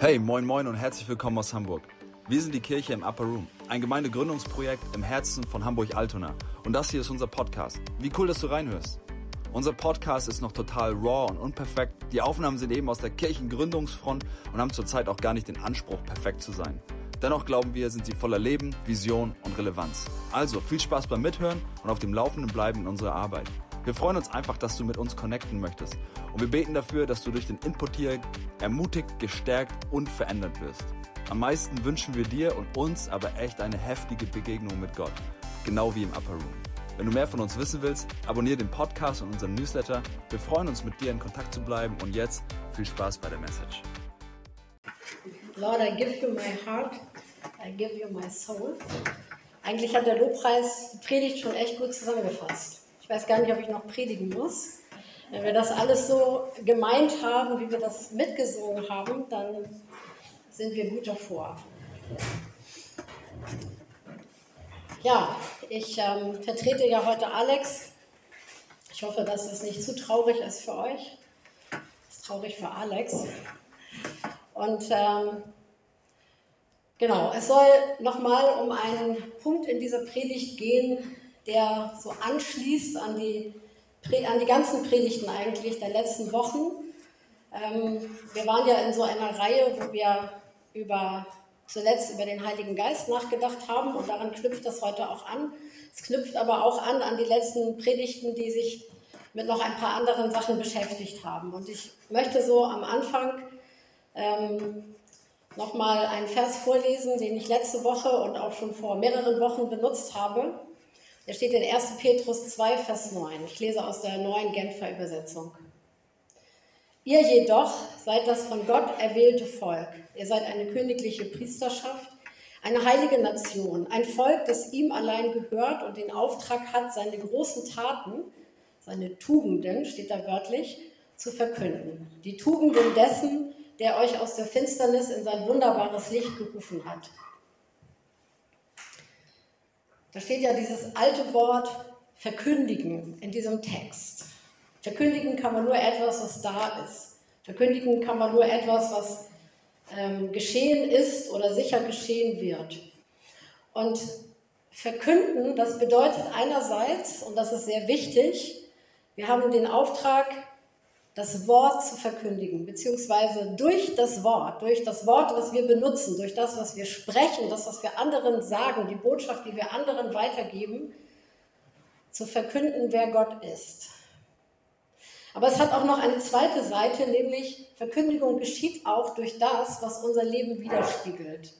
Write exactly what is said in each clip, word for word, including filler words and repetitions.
Hey, moin moin und herzlich willkommen aus Hamburg. Wir sind die Kirche im Upper Room, ein Gemeindegründungsprojekt im Herzen von Hamburg-Altona. Und das hier ist unser Podcast. Wie cool, dass du reinhörst. Unser Podcast ist noch total raw und unperfekt. Die Aufnahmen sind eben aus der Kirchengründungsfront und haben zurzeit auch gar nicht den Anspruch, perfekt zu sein. Dennoch glauben wir, sind sie voller Leben, Vision und Relevanz. Also viel Spaß beim Mithören und auf dem Laufenden bleiben in unserer Arbeit. Wir freuen uns einfach, dass du mit uns connecten möchtest. Und wir beten dafür, dass du durch den Input hier ermutigt, gestärkt und verändert wirst. Am meisten wünschen wir dir und uns aber echt eine heftige Begegnung mit Gott. Genau wie im Upper Room. Wenn du mehr von uns wissen willst, abonniere den Podcast und unseren Newsletter. Wir freuen uns, mit dir in Kontakt zu bleiben. Und jetzt viel Spaß bei der Message. Lord, I give you my heart, I give you my soul. Eigentlich hat der Lobpreis die Predigt schon echt gut zusammengefasst. Ich weiß gar nicht, ob ich noch predigen muss. Wenn wir das alles so gemeint haben, wie wir das mitgesungen haben, dann sind wir gut davor. Ja, ich ähm, vertrete ja heute Alex. Ich hoffe, dass es nicht zu traurig ist für euch. Es ist traurig für Alex. Und ähm, genau, es soll nochmal um einen Punkt in dieser Predigt gehen, der so anschließt an die, an die ganzen Predigten eigentlich der letzten Wochen. Ähm, wir waren ja in so einer Reihe, wo wir über, zuletzt über den Heiligen Geist nachgedacht haben und daran knüpft das heute auch an. Es knüpft aber auch an an die letzten Predigten, die sich mit noch ein paar anderen Sachen beschäftigt haben. Und ich möchte so am Anfang ähm, nochmal einen Vers vorlesen, den ich letzte Woche und auch schon vor mehreren Wochen benutzt habe. Der steht in erster Petrus zwei, Vers neun. Ich lese aus der neuen Genfer Übersetzung. Ihr jedoch seid das von Gott erwählte Volk. Ihr seid eine königliche Priesterschaft, eine heilige Nation, ein Volk, das ihm allein gehört und den Auftrag hat, seine großen Taten, seine Tugenden, steht da wörtlich, zu verkünden. Die Tugenden dessen, der euch aus der Finsternis in sein wunderbares Licht gerufen hat. Da steht ja dieses alte Wort verkündigen in diesem Text. Verkündigen kann man nur etwas, was da ist. Verkündigen kann man nur etwas, was ähm, geschehen ist oder sicher geschehen wird. Und verkünden, das bedeutet einerseits, und das ist sehr wichtig, wir haben den Auftrag, das Wort zu verkündigen, beziehungsweise durch das Wort, durch das Wort, was wir benutzen, durch das, was wir sprechen, das, was wir anderen sagen, die Botschaft, die wir anderen weitergeben, zu verkünden, wer Gott ist. Aber es hat auch noch eine zweite Seite, nämlich Verkündigung geschieht auch durch das, was unser Leben widerspiegelt.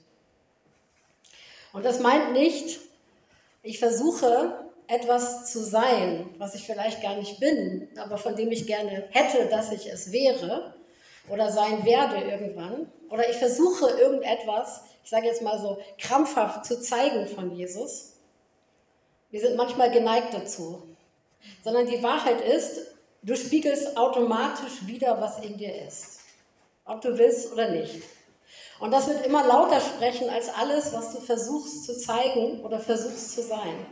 Und das meint nicht, ich versuche, etwas zu sein, was ich vielleicht gar nicht bin, aber von dem ich gerne hätte, dass ich es wäre oder sein werde irgendwann. Oder ich versuche irgendetwas, ich sage jetzt mal so, krampfhaft zu zeigen von Jesus. Wir sind manchmal geneigt dazu. Sondern die Wahrheit ist, du spiegelst automatisch wider, was in dir ist. Ob du willst oder nicht. Und das wird immer lauter sprechen als alles, was du versuchst zu zeigen oder versuchst zu sein.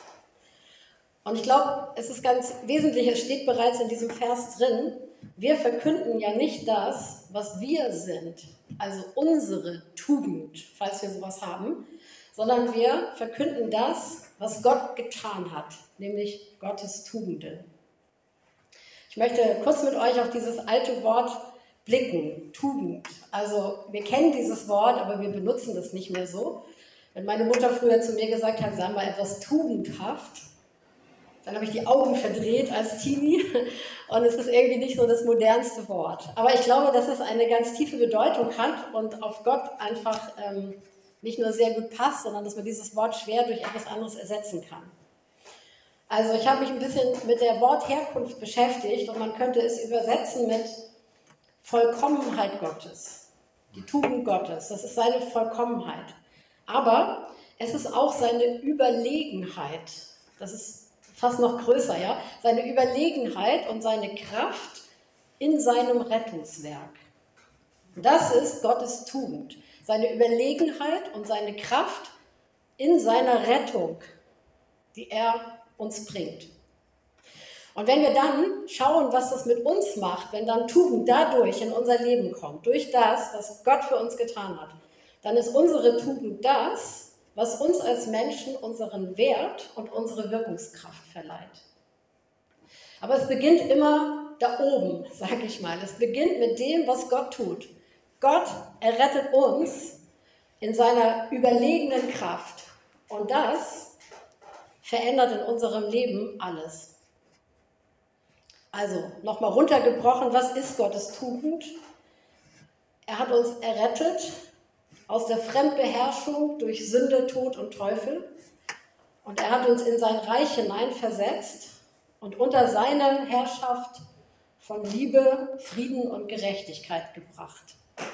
Und ich glaube, es ist ganz wesentlich, es steht bereits in diesem Vers drin, wir verkünden ja nicht das, was wir sind, also unsere Tugend, falls wir sowas haben, sondern wir verkünden das, was Gott getan hat, nämlich Gottes Tugenden. Ich möchte kurz mit euch auf dieses alte Wort blicken, Tugend. Also wir kennen dieses Wort, aber wir benutzen das nicht mehr so. Wenn meine Mutter früher zu mir gesagt hat, sei mal etwas tugendhaft, dann habe ich die Augen verdreht als Teenie und es ist irgendwie nicht so das modernste Wort. Aber ich glaube, dass es eine ganz tiefe Bedeutung hat und auf Gott einfach ähm, nicht nur sehr gut passt, sondern dass man dieses Wort schwer durch etwas anderes ersetzen kann. Also ich habe mich ein bisschen mit der Wortherkunft beschäftigt und man könnte es übersetzen mit Vollkommenheit Gottes, die Tugend Gottes, das ist seine Vollkommenheit. Aber es ist auch seine Überlegenheit, das ist fast noch größer, ja, seine Überlegenheit und seine Kraft in seinem Rettungswerk. Das ist Gottes Tugend, seine Überlegenheit und seine Kraft in seiner Rettung, die er uns bringt. Und wenn wir dann schauen, was das mit uns macht, wenn dann Tugend dadurch in unser Leben kommt, durch das, was Gott für uns getan hat, dann ist unsere Tugend das, was uns als Menschen unseren Wert und unsere Wirkungskraft verleiht. Aber es beginnt immer da oben, sage ich mal. Es beginnt mit dem, was Gott tut. Gott errettet uns in seiner überlegenen Kraft. Und das verändert in unserem Leben alles. Also, nochmal runtergebrochen, was ist Gottes Tugend? Er hat uns errettet aus der Fremdbeherrschung durch Sünde, Tod und Teufel. Und er hat uns in sein Reich hineinversetzt und unter seine Herrschaft von Liebe, Frieden und Gerechtigkeit gebracht.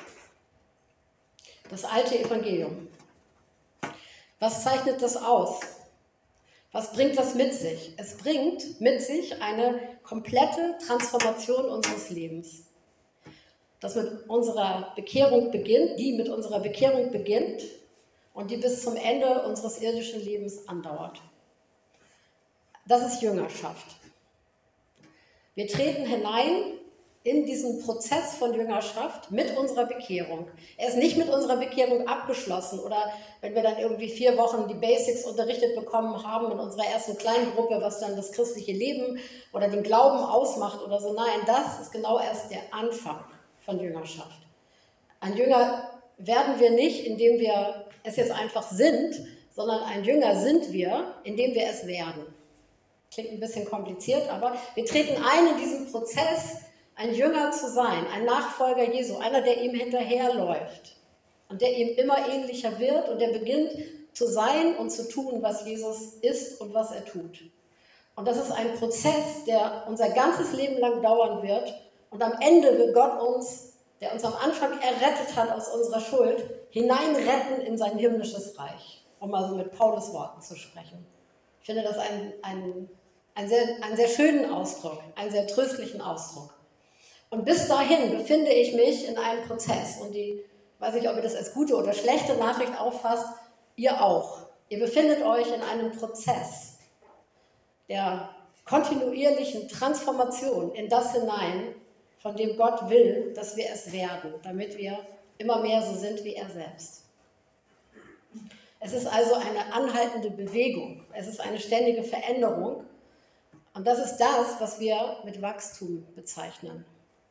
Das alte Evangelium. Was zeichnet das aus? Was bringt das mit sich? Es bringt mit sich eine komplette Transformation unseres Lebens. Das mit unserer Bekehrung beginnt, die mit unserer Bekehrung beginnt und die bis zum Ende unseres irdischen Lebens andauert. Das ist Jüngerschaft. Wir treten hinein in diesen Prozess von Jüngerschaft mit unserer Bekehrung. Er ist nicht mit unserer Bekehrung abgeschlossen oder wenn wir dann irgendwie vier Wochen die Basics unterrichtet bekommen haben in unserer ersten kleinen Gruppe, was dann das christliche Leben oder den Glauben ausmacht oder so. Nein, das ist genau erst der Anfang von Jüngerschaft. Ein Jünger werden wir nicht, indem wir es jetzt einfach sind, sondern ein Jünger sind wir, indem wir es werden. Klingt ein bisschen kompliziert, aber wir treten ein in diesen Prozess, ein Jünger zu sein, ein Nachfolger Jesu, einer, der ihm hinterherläuft und der ihm immer ähnlicher wird und der beginnt zu sein und zu tun, was Jesus ist und was er tut. Und das ist ein Prozess, der unser ganzes Leben lang dauern wird und am Ende wird Gott uns, der uns am Anfang errettet hat aus unserer Schuld, hineinretten in sein himmlisches Reich, um mal so mit Paulus Worten zu sprechen. Ich finde das einen, einen, einen, sehr, einen sehr schönen Ausdruck, einen sehr tröstlichen Ausdruck. Und bis dahin befinde ich mich in einem Prozess. Und die, weiß nicht, ob ihr das als gute oder schlechte Nachricht auffasst, ihr auch. Ihr befindet euch in einem Prozess der kontinuierlichen Transformation in das hinein, von dem Gott will, dass wir es werden, damit wir immer mehr so sind wie er selbst. Es ist also eine anhaltende Bewegung. Es ist eine ständige Veränderung. Und das ist das, was wir mit Wachstum bezeichnen.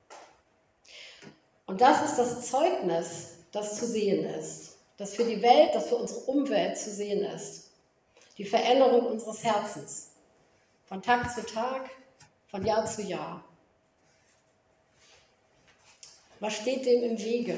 Und das ist das Zeugnis, das zu sehen ist, das für die Welt, das für unsere Umwelt zu sehen ist. Die Veränderung unseres Herzens, von Tag zu Tag, von Jahr zu Jahr. Was steht dem im Wege?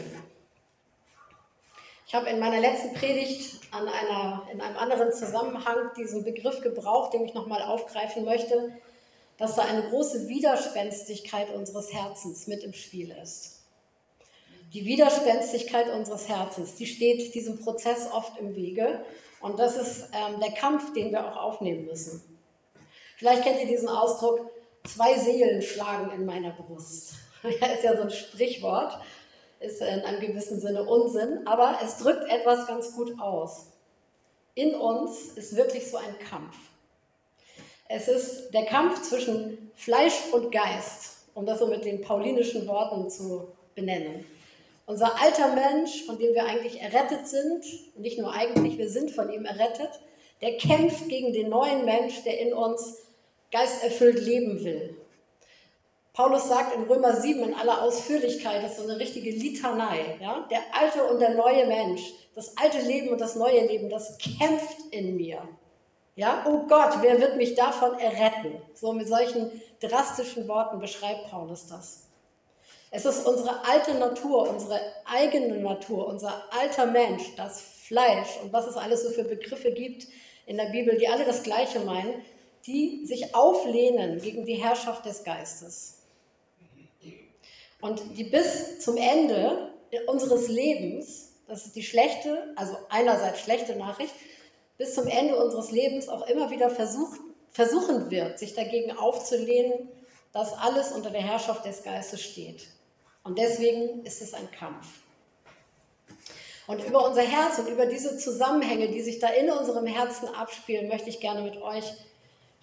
Ich habe in meiner letzten Predigt an einer, in einem anderen Zusammenhang diesen Begriff gebraucht, den ich nochmal aufgreifen möchte, dass da eine große Widerspenstigkeit unseres Herzens mit im Spiel ist. Die Widerspenstigkeit unseres Herzens, die steht diesem Prozess oft im Wege und das ist ähm, der Kampf, den wir auch aufnehmen müssen. Vielleicht kennt ihr diesen Ausdruck, zwei Seelen schlagen in meiner Brust. Das ist ja so ein Sprichwort, ist in einem gewissen Sinne Unsinn, aber es drückt etwas ganz gut aus. In uns ist wirklich so ein Kampf. Es ist der Kampf zwischen Fleisch und Geist, um das so mit den paulinischen Worten zu benennen. Unser alter Mensch, von dem wir eigentlich errettet sind, und nicht nur eigentlich, wir sind von ihm errettet, der kämpft gegen den neuen Mensch, der in uns geisterfüllt leben will. Paulus sagt in Römer sieben in aller Ausführlichkeit, das ist so eine richtige Litanei, ja? Der alte und der neue Mensch, das alte Leben und das neue Leben, das kämpft in mir. Ja? Oh Gott, wer wird mich davon erretten? So mit solchen drastischen Worten beschreibt Paulus das. Es ist unsere alte Natur, unsere eigene Natur, unser alter Mensch, das Fleisch und was es alles so für Begriffe gibt in der Bibel, die alle das Gleiche meinen, die sich auflehnen gegen die Herrschaft des Geistes. Und die bis zum Ende unseres Lebens, das ist die schlechte, also einerseits schlechte Nachricht, bis zum Ende unseres Lebens auch immer wieder versucht, versuchen wird, sich dagegen aufzulehnen, dass alles unter der Herrschaft des Geistes steht. Und deswegen ist es ein Kampf. Und über unser Herz und über diese Zusammenhänge, die sich da in unserem Herzen abspielen, möchte ich gerne mit euch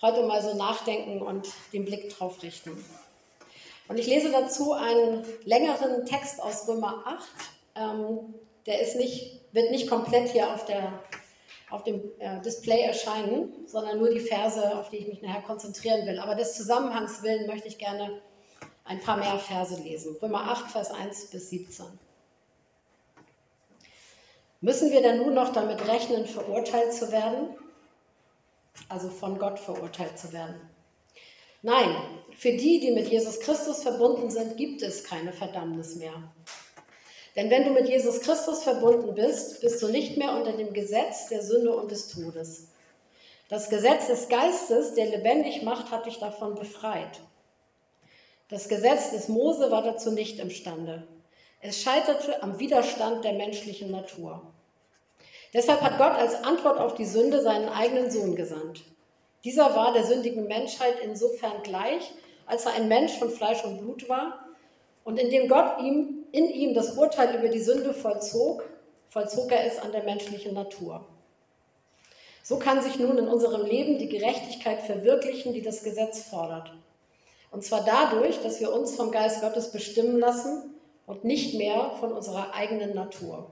heute mal so nachdenken und den Blick drauf richten. Und ich lese dazu einen längeren Text aus Römer acht. Ähm, der ist nicht, wird nicht komplett hier auf, der, auf dem äh, Display erscheinen, sondern nur die Verse, auf die ich mich nachher konzentrieren will. Aber des Zusammenhangs willen möchte ich gerne ein paar mehr Verse lesen. Römer acht, Vers eins bis siebzehn. Müssen wir denn nun noch damit rechnen, verurteilt zu werden? Also von Gott verurteilt zu werden? Nein, für die, die mit Jesus Christus verbunden sind, gibt es keine Verdammnis mehr. Denn wenn du mit Jesus Christus verbunden bist, bist du nicht mehr unter dem Gesetz der Sünde und des Todes. Das Gesetz des Geistes, der lebendig macht, hat dich davon befreit. Das Gesetz des Mose war dazu nicht imstande. Es scheiterte am Widerstand der menschlichen Natur. Deshalb hat Gott als Antwort auf die Sünde seinen eigenen Sohn gesandt. Dieser war der sündigen Menschheit insofern gleich, als er ein Mensch von Fleisch und Blut war und indem Gott ihm, in ihm das Urteil über die Sünde vollzog, vollzog er es an der menschlichen Natur. So kann sich nun in unserem Leben die Gerechtigkeit verwirklichen, die das Gesetz fordert. Und zwar dadurch, dass wir uns vom Geist Gottes bestimmen lassen und nicht mehr von unserer eigenen Natur.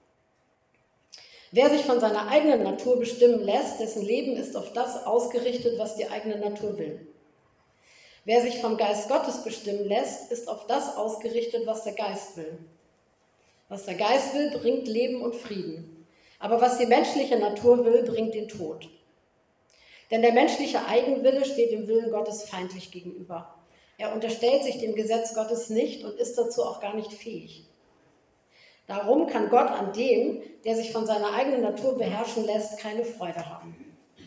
Wer sich von seiner eigenen Natur bestimmen lässt, dessen Leben ist auf das ausgerichtet, was die eigene Natur will. Wer sich vom Geist Gottes bestimmen lässt, ist auf das ausgerichtet, was der Geist will. Was der Geist will, bringt Leben und Frieden. Aber was die menschliche Natur will, bringt den Tod. Denn der menschliche Eigenwille steht dem Willen Gottes feindlich gegenüber. Er unterstellt sich dem Gesetz Gottes nicht und ist dazu auch gar nicht fähig. Darum kann Gott an dem, der sich von seiner eigenen Natur beherrschen lässt, keine Freude haben.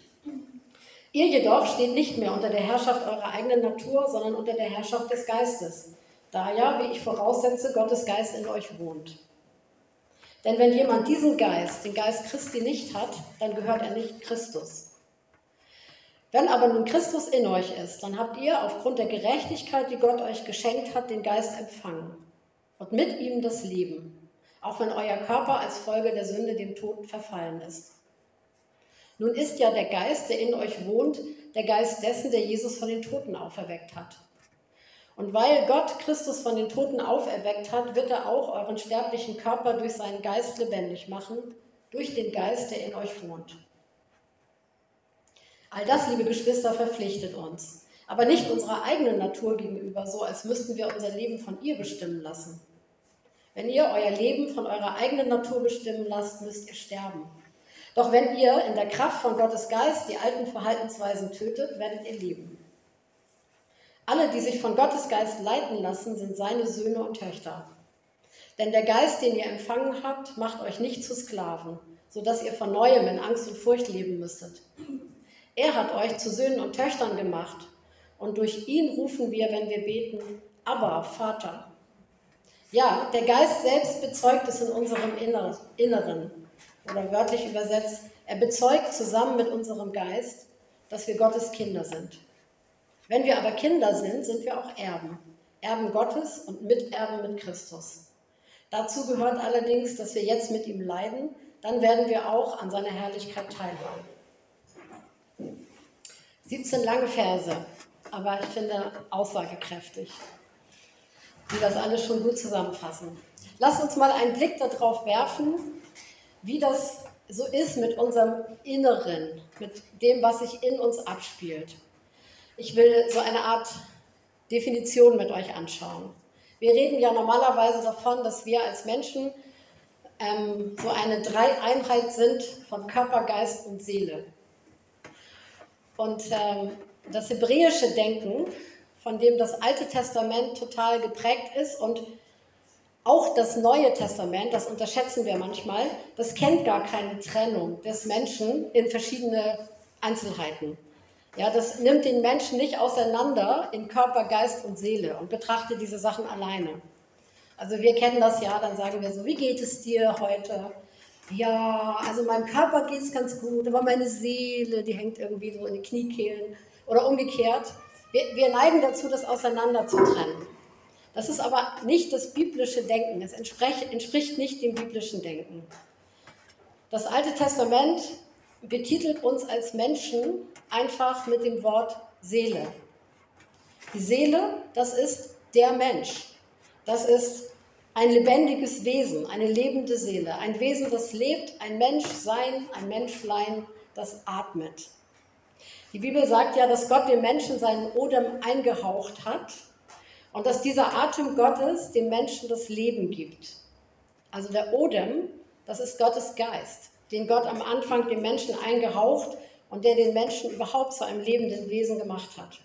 Ihr jedoch steht nicht mehr unter der Herrschaft eurer eigenen Natur, sondern unter der Herrschaft des Geistes, da ja, wie ich voraussetze, Gottes Geist in euch wohnt. Denn wenn jemand diesen Geist, den Geist Christi, nicht hat, dann gehört er nicht Christus. Wenn aber nun Christus in euch ist, dann habt ihr aufgrund der Gerechtigkeit, die Gott euch geschenkt hat, den Geist empfangen und mit ihm das Leben, auch wenn euer Körper als Folge der Sünde dem Tod verfallen ist. Nun ist ja der Geist, der in euch wohnt, der Geist dessen, der Jesus von den Toten auferweckt hat. Und weil Gott Christus von den Toten auferweckt hat, wird er auch euren sterblichen Körper durch seinen Geist lebendig machen, durch den Geist, der in euch wohnt. All das, liebe Geschwister, verpflichtet uns, aber nicht unserer eigenen Natur gegenüber, so als müssten wir unser Leben von ihr bestimmen lassen. Wenn ihr euer Leben von eurer eigenen Natur bestimmen lasst, müsst ihr sterben. Doch wenn ihr in der Kraft von Gottes Geist die alten Verhaltensweisen tötet, werdet ihr leben. Alle, die sich von Gottes Geist leiten lassen, sind seine Söhne und Töchter. Denn der Geist, den ihr empfangen habt, macht euch nicht zu Sklaven, sodass ihr von Neuem in Angst und Furcht leben müsstet. Er hat euch zu Söhnen und Töchtern gemacht und durch ihn rufen wir, wenn wir beten, Abba, Vater. Ja, der Geist selbst bezeugt es in unserem Inneren, oder wörtlich übersetzt, er bezeugt zusammen mit unserem Geist, dass wir Gottes Kinder sind. Wenn wir aber Kinder sind, sind wir auch Erben, Erben Gottes und Miterben mit Christus. Dazu gehört allerdings, dass wir jetzt mit ihm leiden, dann werden wir auch an seiner Herrlichkeit teilhaben. siebzehn lange Verse, aber ich finde aussagekräftig, die das alles schon gut zusammenfassen. Lasst uns mal einen Blick darauf werfen, wie das so ist mit unserem Inneren, mit dem, was sich in uns abspielt. Ich will so eine Art Definition mit euch anschauen. Wir reden ja normalerweise davon, dass wir als Menschen ähm, so eine Dreieinheit sind von Körper, Geist und Seele. Und ähm, das hebräische Denken, von dem das Alte Testament total geprägt ist und auch das Neue Testament, das unterschätzen wir manchmal, das kennt gar keine Trennung des Menschen in verschiedene Einzelheiten. Ja, das nimmt den Menschen nicht auseinander in Körper, Geist und Seele und betrachtet diese Sachen alleine. Also wir kennen das ja, dann sagen wir so, wie geht es dir heute? Ja, also meinem Körper geht es ganz gut, aber meine Seele, die hängt irgendwie so in die Kniekehlen oder umgekehrt. Wir, wir neigen dazu, das auseinander zu trennen. Das ist aber nicht das biblische Denken, es entspricht, entspricht nicht dem biblischen Denken. Das Alte Testament betitelt uns als Menschen einfach mit dem Wort Seele. Die Seele, das ist der Mensch. Das ist ein lebendiges Wesen, eine lebende Seele. Ein Wesen, das lebt, ein Menschsein, ein Menschlein, das atmet. Die Bibel sagt ja, dass Gott dem Menschen seinen Odem eingehaucht hat und dass dieser Atem Gottes dem Menschen das Leben gibt. Also der Odem, das ist Gottes Geist, den Gott am Anfang dem Menschen eingehaucht und der den Menschen überhaupt zu einem lebenden Wesen gemacht hat.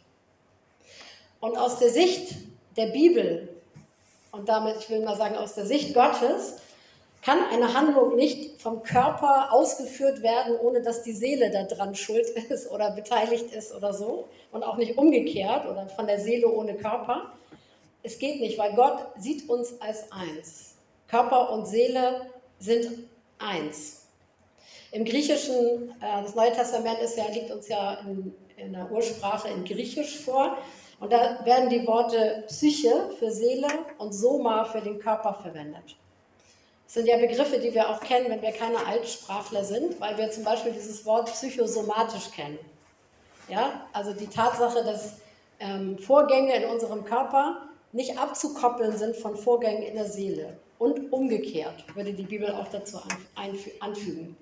Und aus der Sicht der Bibel, und damit, ich will mal sagen, aus der Sicht Gottes, kann eine Handlung nicht vom Körper ausgeführt werden, ohne dass die Seele daran schuld ist oder beteiligt ist oder so. Und auch nicht umgekehrt oder von der Seele ohne Körper. Es geht nicht, weil Gott sieht uns als eins. Körper und Seele sind eins. Im Griechischen, äh, das Neue Testament ist ja, liegt uns ja in, in der Ursprache in Griechisch vor. Und da werden die Worte Psyche für Seele und Soma für den Körper verwendet. Das sind ja Begriffe, die wir auch kennen, wenn wir keine Altsprachler sind, weil wir zum Beispiel dieses Wort psychosomatisch kennen. Ja? Also die Tatsache, dass ähm, Vorgänge in unserem Körper nicht abzukoppeln sind von Vorgängen in der Seele. Und umgekehrt würde die Bibel auch dazu anfügen.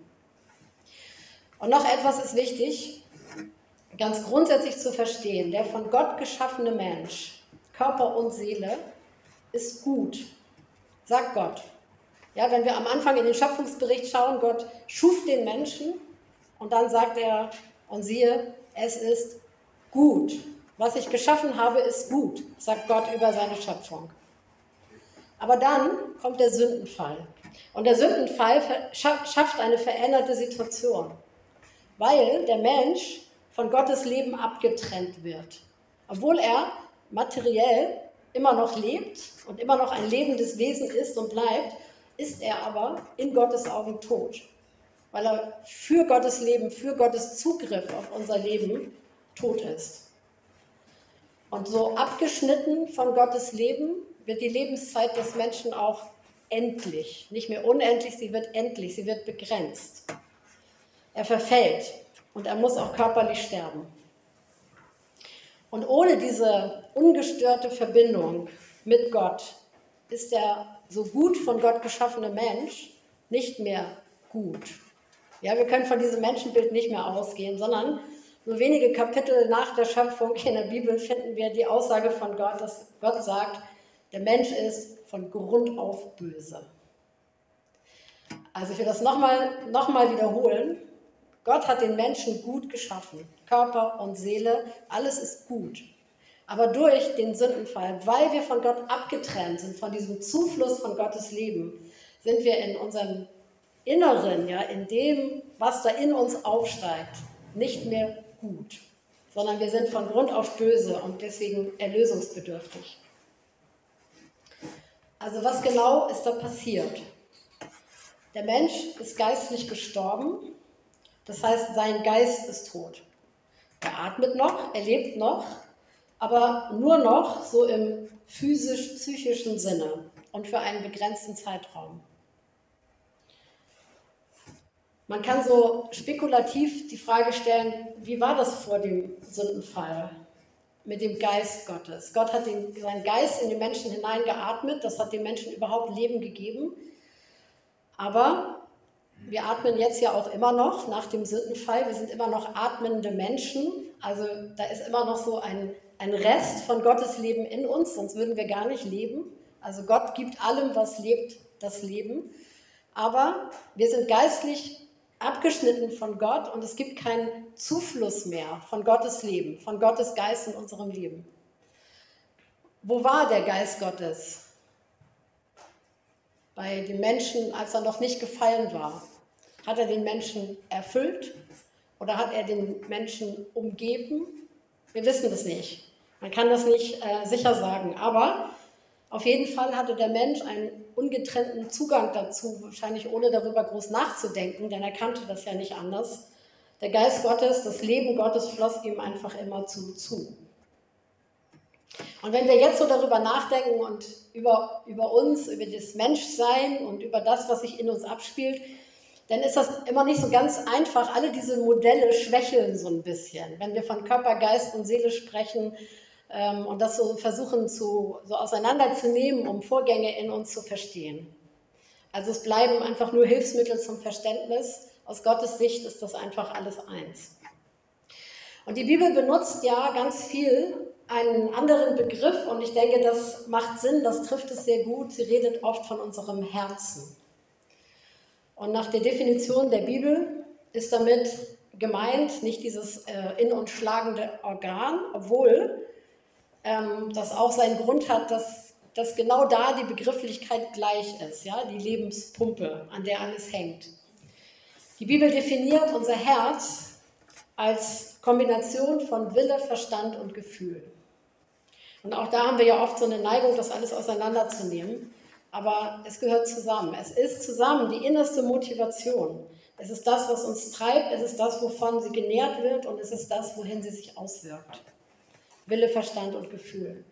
Und noch etwas ist wichtig, ganz grundsätzlich zu verstehen. Der von Gott geschaffene Mensch, Körper und Seele, ist gut, sagt Gott. Ja, wenn wir am Anfang in den Schöpfungsbericht schauen, Gott schuf den Menschen und dann sagt er, und siehe, es ist gut. Was ich geschaffen habe, ist gut, sagt Gott über seine Schöpfung. Aber dann kommt der Sündenfall. Und der Sündenfall schafft eine veränderte Situation, weil der Mensch von Gottes Leben abgetrennt wird. Obwohl er materiell immer noch lebt und immer noch ein lebendes Wesen ist und bleibt, ist er aber in Gottes Augen tot, weil er für Gottes Leben, für Gottes Zugriff auf unser Leben tot ist. Und so abgeschnitten von Gottes Leben wird die Lebenszeit des Menschen auch endlich. Nicht mehr unendlich, sie wird endlich, sie wird begrenzt. Er verfällt und er muss auch körperlich sterben. Und ohne diese ungestörte Verbindung mit Gott ist der so gut von Gott geschaffene Mensch nicht mehr gut. Ja, wir können von diesem Menschenbild nicht mehr ausgehen, sondern nur wenige Kapitel nach der Schöpfung in der Bibel finden wir die Aussage von Gott, dass Gott sagt, der Mensch ist von Grund auf böse. Also ich will das nochmal noch mal wiederholen. Gott hat den Menschen gut geschaffen, Körper und Seele, alles ist gut. Aber durch den Sündenfall, weil wir von Gott abgetrennt sind, von diesem Zufluss von Gottes Leben, sind wir in unserem Inneren, ja, in dem, was da in uns aufsteigt, nicht mehr gut, sondern wir sind von Grund auf böse und deswegen erlösungsbedürftig. Also was genau ist da passiert? Der Mensch ist geistlich gestorben, das heißt, sein Geist ist tot. Er atmet noch, er lebt noch, aber nur noch so im physisch-psychischen Sinne und für einen begrenzten Zeitraum. Man kann so spekulativ die Frage stellen, wie war das vor dem Sündenfall mit dem Geist Gottes? Gott hat den, seinen Geist in den Menschen hineingeatmet, das hat den Menschen überhaupt Leben gegeben. Aber wir atmen jetzt ja auch immer noch nach dem Sündenfall, wir sind immer noch atmende Menschen, also da ist immer noch so ein, ein Rest von Gottes Leben in uns, sonst würden wir gar nicht leben. Also Gott gibt allem, was lebt, das Leben. Aber wir sind geistlich abgeschnitten von Gott und es gibt keinen Zufluss mehr von Gottes Leben, von Gottes Geist in unserem Leben. Wo war der Geist Gottes? Bei den Menschen, als er noch nicht gefallen war. Hat er den Menschen erfüllt oder hat er den Menschen umgeben? Wir wissen das nicht. Man kann das nicht äh, sicher sagen, aber auf jeden Fall hatte der Mensch einen ungetrennten Zugang dazu, wahrscheinlich ohne darüber groß nachzudenken, denn er kannte das ja nicht anders. Der Geist Gottes, das Leben Gottes floss ihm einfach immer zu. zu. Und wenn wir jetzt so darüber nachdenken und über, über uns, über das Menschsein und über das, was sich in uns abspielt, dann ist das immer nicht so ganz einfach. Alle diese Modelle schwächeln so ein bisschen, wenn wir von Körper, Geist und Seele sprechen ähm, und das so versuchen zu, so auseinanderzunehmen, um Vorgänge in uns zu verstehen. Also es bleiben einfach nur Hilfsmittel zum Verständnis. Aus Gottes Sicht ist das einfach alles eins. Und die Bibel benutzt ja ganz viel einen anderen Begriff und ich denke, das macht Sinn, das trifft es sehr gut. Sie redet oft von unserem Herzen. Und nach der Definition der Bibel ist damit gemeint nicht dieses äh, in uns schlagende Organ, obwohl ähm, das auch seinen Grund hat, dass, dass genau da die Begrifflichkeit gleich ist, ja? Die Lebenspumpe, an der alles hängt. Die Bibel definiert unser Herz als Kombination von Wille, Verstand und Gefühl. Und auch da haben wir ja oft so eine Neigung, das alles auseinanderzunehmen. Aber es gehört zusammen. Es ist zusammen die innerste Motivation. Es ist das, was uns treibt, es ist das, wovon sie genährt wird und es ist das, wohin sie sich auswirkt. Wille, Verstand und Gefühl.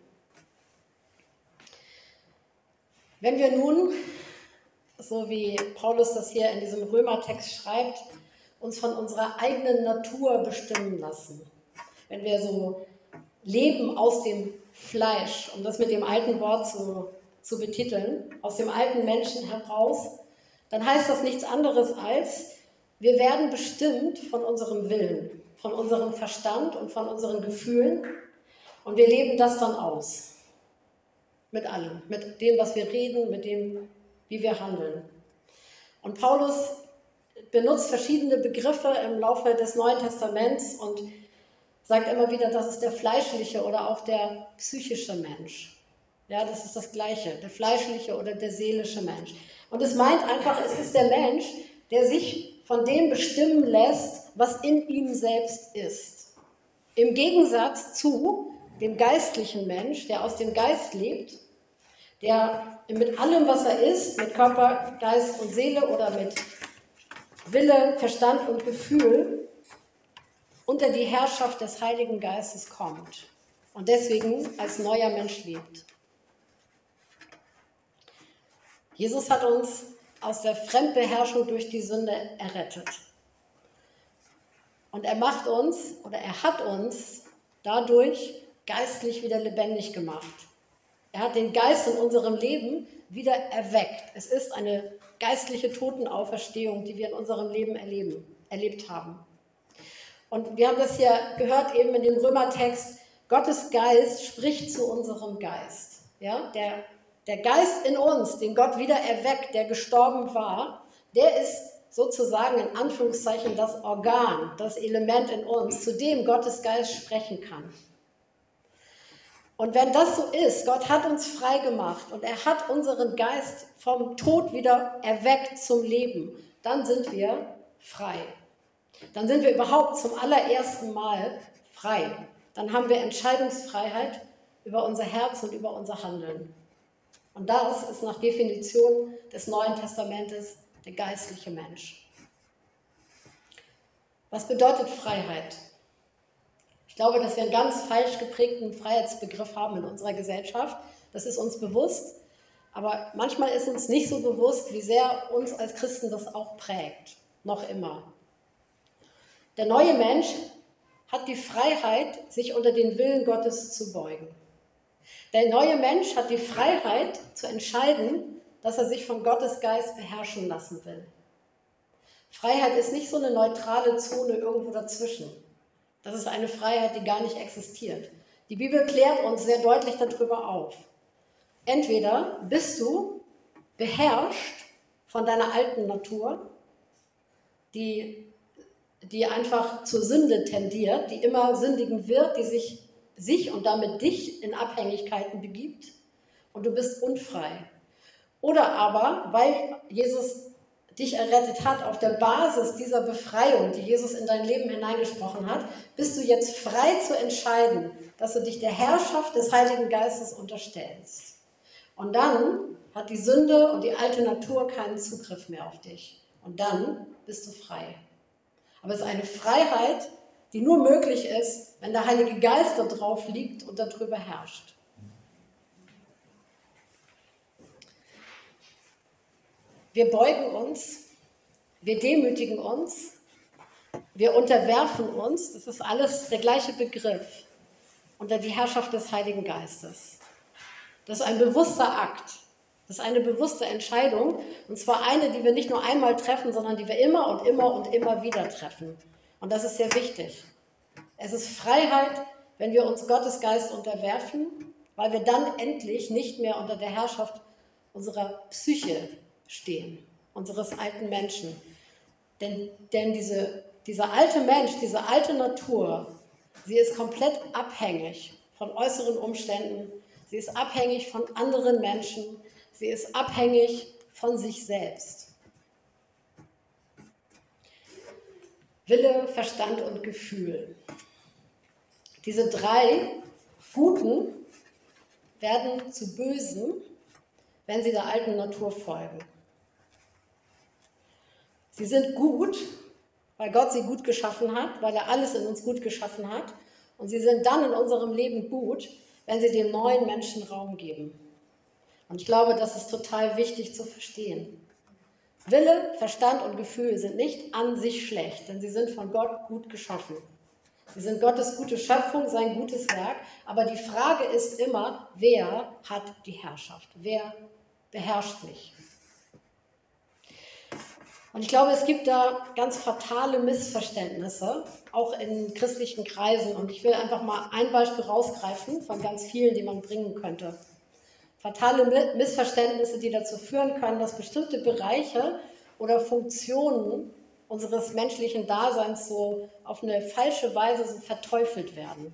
Wenn wir nun, so wie Paulus das hier in diesem Römertext schreibt, uns von unserer eigenen Natur bestimmen lassen, wenn wir so leben aus dem Fleisch, um das mit dem alten Wort zu zu betiteln, aus dem alten Menschen heraus, dann heißt das nichts anderes als, wir werden bestimmt von unserem Willen, von unserem Verstand und von unseren Gefühlen und wir leben das dann aus. Mit allem, mit dem, was wir reden, mit dem, wie wir handeln. Und Paulus benutzt verschiedene Begriffe im Laufe des Neuen Testaments und sagt immer wieder, das ist der fleischliche oder auch der psychische Mensch. Ja, das ist das Gleiche, der fleischliche oder der seelische Mensch. Und es meint einfach, es ist der Mensch, der sich von dem bestimmen lässt, was in ihm selbst ist. Im Gegensatz zu dem geistlichen Mensch, der aus dem Geist lebt, der mit allem, was er ist, mit Körper, Geist und Seele oder mit Wille, Verstand und Gefühl, unter die Herrschaft des Heiligen Geistes kommt und deswegen als neuer Mensch lebt. Jesus hat uns aus der Fremdbeherrschung durch die Sünde errettet. Und er macht uns, oder er hat uns dadurch geistlich wieder lebendig gemacht. Er hat den Geist in unserem Leben wieder erweckt. Es ist eine geistliche Totenauferstehung, die wir in unserem Leben erleben, erlebt haben. Und wir haben das hier gehört eben in dem Römertext, Gottes Geist spricht zu unserem Geist. Ja, der Der Geist in uns, den Gott wieder erweckt, der gestorben war, der ist sozusagen in Anführungszeichen das Organ, das Element in uns, zu dem Gottes Geist sprechen kann. Und wenn das so ist, Gott hat uns frei gemacht und er hat unseren Geist vom Tod wieder erweckt zum Leben, dann sind wir frei. Dann sind wir überhaupt zum allerersten Mal frei. Dann haben wir Entscheidungsfreiheit über unser Herz und über unser Handeln. Und das ist nach Definition des Neuen Testamentes der geistliche Mensch. Was bedeutet Freiheit? Ich glaube, dass wir einen ganz falsch geprägten Freiheitsbegriff haben in unserer Gesellschaft. Das ist uns bewusst, aber manchmal ist uns nicht so bewusst, wie sehr uns als Christen das auch prägt. Noch immer. Der neue Mensch hat die Freiheit, sich unter den Willen Gottes zu beugen. Der neue Mensch hat die Freiheit zu entscheiden, dass er sich von Gottes Geist beherrschen lassen will. Freiheit ist nicht so eine neutrale Zone irgendwo dazwischen. Das ist eine Freiheit, die gar nicht existiert. Die Bibel klärt uns sehr deutlich darüber auf. Entweder bist du beherrscht von deiner alten Natur, die, die einfach zur Sünde tendiert, die immer sündigen wird, die sich sich und damit dich in Abhängigkeiten begibt und du bist unfrei. Oder aber, weil Jesus dich errettet hat, auf der Basis dieser Befreiung, die Jesus in dein Leben hineingesprochen hat, bist du jetzt frei zu entscheiden, dass du dich der Herrschaft des Heiligen Geistes unterstellst. Und dann hat die Sünde und die alte Natur keinen Zugriff mehr auf dich. Und dann bist du frei. Aber es ist eine Freiheit, die nur möglich ist, wenn der Heilige Geist da drauf liegt und darüber herrscht. Wir beugen uns wir demütigen uns, wir unterwerfen uns, das ist alles der gleiche Begriff, unter die Herrschaft des Heiligen Geistes. Das ist ein bewusster Akt, das ist eine bewusste Entscheidung, und zwar eine, die wir nicht nur einmal treffen, sondern die wir immer und immer und immer wieder treffen. Und das ist sehr wichtig. Es ist Freiheit, wenn wir uns Gottes Geist unterwerfen, weil wir dann endlich nicht mehr unter der Herrschaft unserer Psyche stehen, unseres alten Menschen. Denn, denn diese, dieser alte Mensch, diese alte Natur, sie ist komplett abhängig von äußeren Umständen, sie ist abhängig von anderen Menschen, sie ist abhängig von sich selbst. Wille, Verstand und Gefühl. Diese drei Guten werden zu Bösen, wenn sie der alten Natur folgen. Sie sind gut, weil Gott sie gut geschaffen hat, weil er alles in uns gut geschaffen hat. Und sie sind dann in unserem Leben gut, wenn sie dem neuen Menschen Raum geben. Und ich glaube, das ist total wichtig zu verstehen. Wille, Verstand und Gefühl sind nicht an sich schlecht, denn sie sind von Gott gut geschaffen. Sie sind Gottes gute Schöpfung, sein gutes Werk. Aber die Frage ist immer, wer hat die Herrschaft? Wer beherrscht mich? Und ich glaube, es gibt da ganz fatale Missverständnisse, auch in christlichen Kreisen. Und ich will einfach mal ein Beispiel rausgreifen von ganz vielen, die man bringen könnte. Fatale Missverständnisse, die dazu führen können, dass bestimmte Bereiche oder Funktionen unseres menschlichen Daseins so auf eine falsche Weise so verteufelt werden.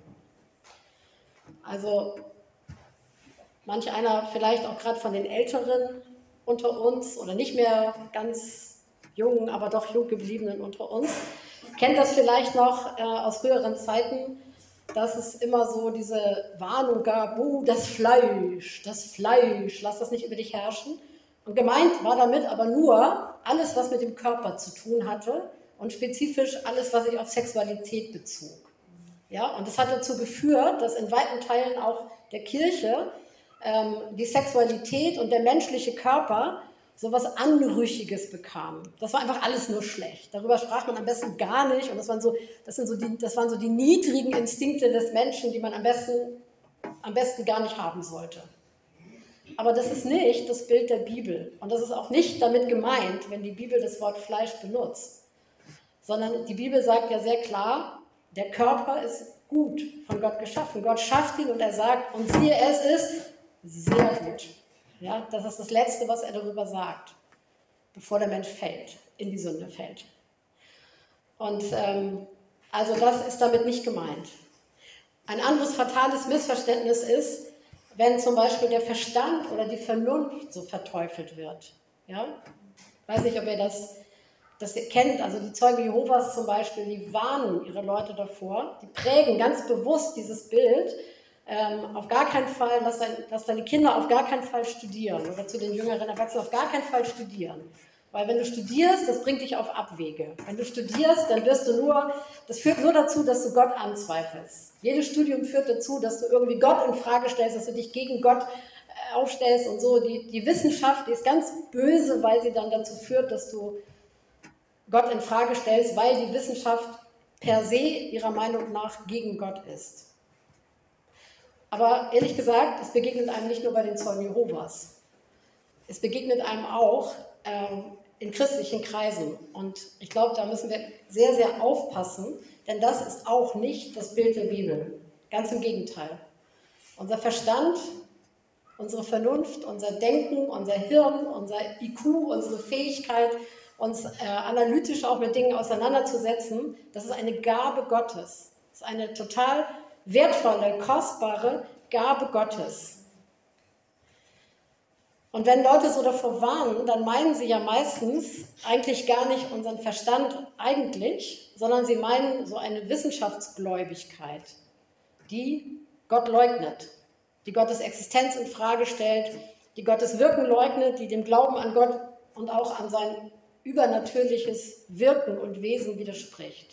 Also manch einer vielleicht auch gerade von den Älteren unter uns oder nicht mehr ganz jungen, aber doch jung gebliebenen unter uns, kennt das vielleicht noch äh, aus früheren Zeiten, dass es immer so diese Warnung gab, oh, das Fleisch, das Fleisch, lass das nicht über dich herrschen. Und gemeint war damit aber nur alles, was mit dem Körper zu tun hatte und spezifisch alles, was sich auf Sexualität bezog. Ja, und das hat dazu geführt, dass in weiten Teilen auch der Kirche ähm, die Sexualität und der menschliche Körper so was Anrüchiges bekam. Das war einfach alles nur schlecht. Darüber sprach man am besten gar nicht. Und das waren so, das sind so die, das waren so die niedrigen Instinkte des Menschen, die man am besten, am besten gar nicht haben sollte. Aber das ist nicht das Bild der Bibel. Und das ist auch nicht damit gemeint, wenn die Bibel das Wort Fleisch benutzt. Sondern die Bibel sagt ja sehr klar, der Körper ist gut von Gott geschaffen. Gott schafft ihn und er sagt, und siehe, es ist sehr gut. Ja, das ist das Letzte, was er darüber sagt, bevor der Mensch fällt, in die Sünde fällt. Und ähm, also das ist damit nicht gemeint. Ein anderes fatales Missverständnis ist, wenn zum Beispiel der Verstand oder die Vernunft so verteufelt wird. Ja? Ich weiß nicht, ob ihr das, das ihr kennt, also die Zeugen Jehovas zum Beispiel, die warnen ihre Leute davor, die prägen ganz bewusst dieses Bild, ähm, auf gar keinen Fall, lass, dein, lass deine Kinder auf gar keinen Fall studieren oder zu den jüngeren Erwachsenen auf gar keinen Fall studieren. Weil wenn du studierst, das bringt dich auf Abwege. Wenn du studierst, dann wirst du nur, das führt nur dazu, dass du Gott anzweifelst. Jedes Studium führt dazu, dass du irgendwie Gott in Frage stellst, dass du dich gegen Gott aufstellst und so. Die, die Wissenschaft, die ist ganz böse, weil sie dann dazu führt, dass du Gott in Frage stellst, weil die Wissenschaft per se ihrer Meinung nach gegen Gott ist. Aber ehrlich gesagt, es begegnet einem nicht nur bei den Zeugen Jehovas. Es begegnet einem auch ähm, in christlichen Kreisen. Und ich glaube, da müssen wir sehr, sehr aufpassen, denn das ist auch nicht das Bild der Bibel. Ganz im Gegenteil. Unser Verstand, unsere Vernunft, unser Denken, unser Hirn, unser I Q, unsere Fähigkeit, uns äh, analytisch auch mit Dingen auseinanderzusetzen, das ist eine Gabe Gottes. Das ist eine total wertvolle, kostbare Gabe Gottes. Und wenn Leute so davor warnen, dann meinen sie ja meistens eigentlich gar nicht unseren Verstand eigentlich, sondern sie meinen so eine Wissenschaftsgläubigkeit, die Gott leugnet, die Gottes Existenz in Frage stellt, die Gottes Wirken leugnet, die dem Glauben an Gott und auch an sein übernatürliches Wirken und Wesen widerspricht.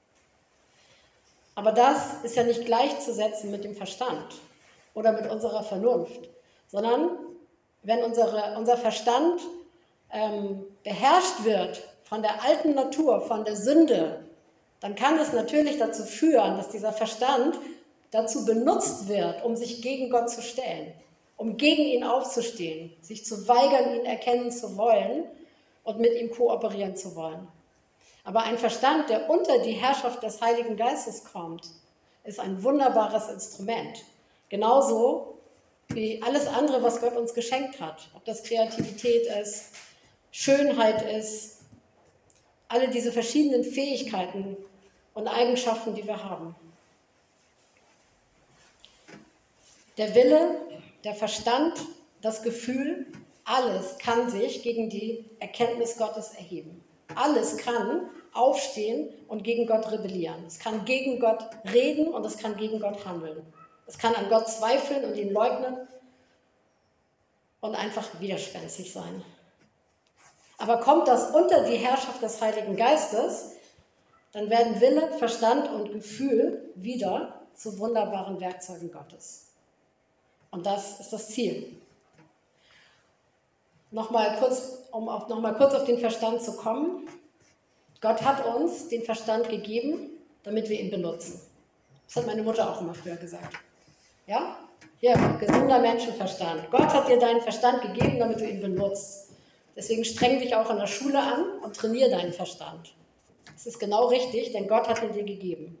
Aber das ist ja nicht gleichzusetzen mit dem Verstand oder mit unserer Vernunft, sondern wenn unsere, unser Verstand ähm, beherrscht wird von der alten Natur, von der Sünde, dann kann es natürlich dazu führen, dass dieser Verstand dazu benutzt wird, um sich gegen Gott zu stellen, um gegen ihn aufzustehen, sich zu weigern, ihn erkennen zu wollen und mit ihm kooperieren zu wollen. Aber ein Verstand, der unter die Herrschaft des Heiligen Geistes kommt, ist ein wunderbares Instrument. Genauso wie alles andere, was Gott uns geschenkt hat. Ob das Kreativität ist, Schönheit ist, alle diese verschiedenen Fähigkeiten und Eigenschaften, die wir haben. Der Wille, der Verstand, das Gefühl, alles kann sich gegen die Erkenntnis Gottes erheben. Alles kann aufstehen und gegen Gott rebellieren. Es kann gegen Gott reden und es kann gegen Gott handeln. Es kann an Gott zweifeln und ihn leugnen und einfach widerspenstig sein. Aber kommt das unter die Herrschaft des Heiligen Geistes, dann werden Wille, Verstand und Gefühl wieder zu wunderbaren Werkzeugen Gottes. Und das ist das Ziel. Nochmal kurz, um auf, noch mal kurz auf den Verstand zu kommen. Gott hat uns den Verstand gegeben, damit wir ihn benutzen. Das hat meine Mutter auch immer früher gesagt. Ja? Hier, gesunder Menschenverstand. Gott hat dir deinen Verstand gegeben, damit du ihn benutzt. Deswegen streng dich auch in der Schule an und trainiere deinen Verstand. Das ist genau richtig, denn Gott hat ihn dir gegeben.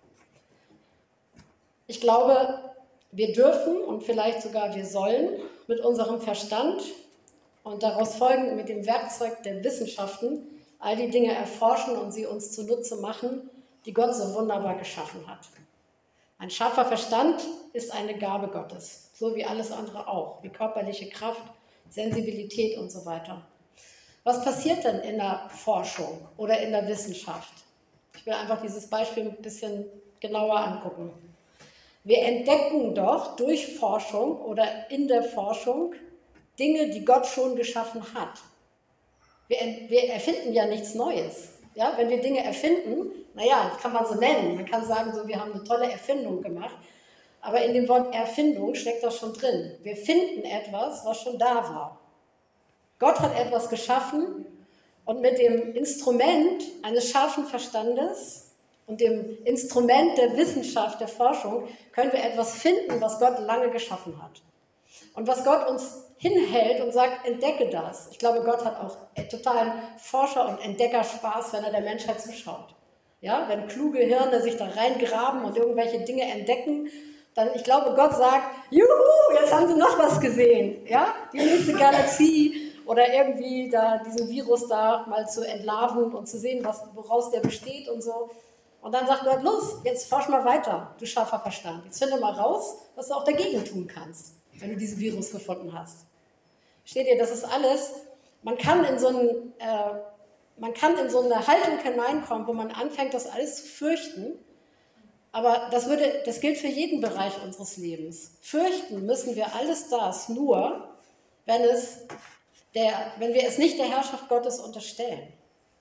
Ich glaube, wir dürfen und vielleicht sogar wir sollen mit unserem Verstand und daraus folgend mit dem Werkzeug der Wissenschaften all die Dinge erforschen und sie uns zunutze machen, die Gott so wunderbar geschaffen hat. Ein scharfer Verstand ist eine Gabe Gottes, so wie alles andere auch, wie körperliche Kraft, Sensibilität und so weiter. Was passiert denn in der Forschung oder in der Wissenschaft? Ich will einfach dieses Beispiel ein bisschen genauer angucken. Wir entdecken doch durch Forschung oder in der Forschung Dinge, die Gott schon geschaffen hat. Wir, wir erfinden ja nichts Neues. Ja, wenn wir Dinge erfinden, naja, das kann man so nennen. Man kann sagen, so, wir haben eine tolle Erfindung gemacht. Aber in dem Wort Erfindung steckt das schon drin. Wir finden etwas, was schon da war. Gott hat etwas geschaffen und mit dem Instrument eines scharfen Verstandes und dem Instrument der Wissenschaft, der Forschung, können wir etwas finden, was Gott lange geschaffen hat. Und was Gott uns hinhält und sagt, entdecke das. Ich glaube, Gott hat auch totalen Forscher- und Entdeckerspaß, wenn er der Menschheit zuschaut. Ja, wenn kluge Hirne sich da reingraben und irgendwelche Dinge entdecken, dann, ich glaube, Gott sagt, juhu, jetzt haben sie noch was gesehen. Ja, die nächste Galaxie oder irgendwie da diesen Virus da mal zu entlarven und zu sehen, was, woraus der besteht und so. Und dann sagt Gott, los, jetzt forsch mal weiter, du scharfer Verstand. Jetzt finde mal raus, was du auch dagegen tun kannst, wenn du diesen Virus gefunden hast. Steht ihr, das ist alles, man kann in so ein, äh, man kann in so eine Haltung hineinkommen, wo man anfängt, das alles zu fürchten. Aber das, würde, das gilt für jeden Bereich unseres Lebens. Fürchten müssen wir alles das nur, wenn, es der, wenn wir es nicht der Herrschaft Gottes unterstellen.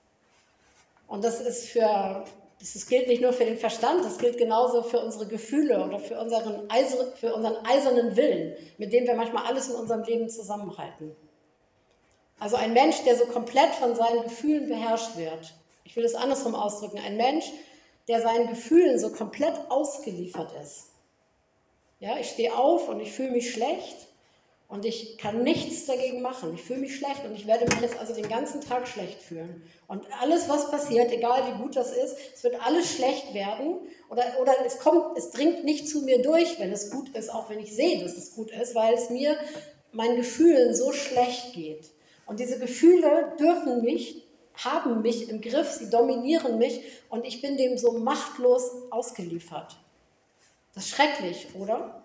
Und das ist für, das gilt nicht nur für den Verstand, das gilt genauso für unsere Gefühle oder für unseren, Eiser, für unseren eisernen Willen, mit dem wir manchmal alles in unserem Leben zusammenhalten. Also ein Mensch, der so komplett von seinen Gefühlen beherrscht wird. Ich will es andersrum ausdrücken. Ein Mensch, der seinen Gefühlen so komplett ausgeliefert ist. Ja, ich stehe auf und ich fühle mich schlecht und ich kann nichts dagegen machen. Ich fühle mich schlecht und ich werde mich jetzt also den ganzen Tag schlecht fühlen. Und alles, was passiert, egal wie gut das ist, es wird alles schlecht werden oder, oder es kommt, es dringt nicht zu mir durch, wenn es gut ist, auch wenn ich sehe, dass es gut ist, weil es mir, meinen Gefühlen so schlecht geht. Und diese Gefühle dürfen mich haben mich im Griff, sie dominieren mich und ich bin dem so machtlos ausgeliefert. Das ist schrecklich, oder?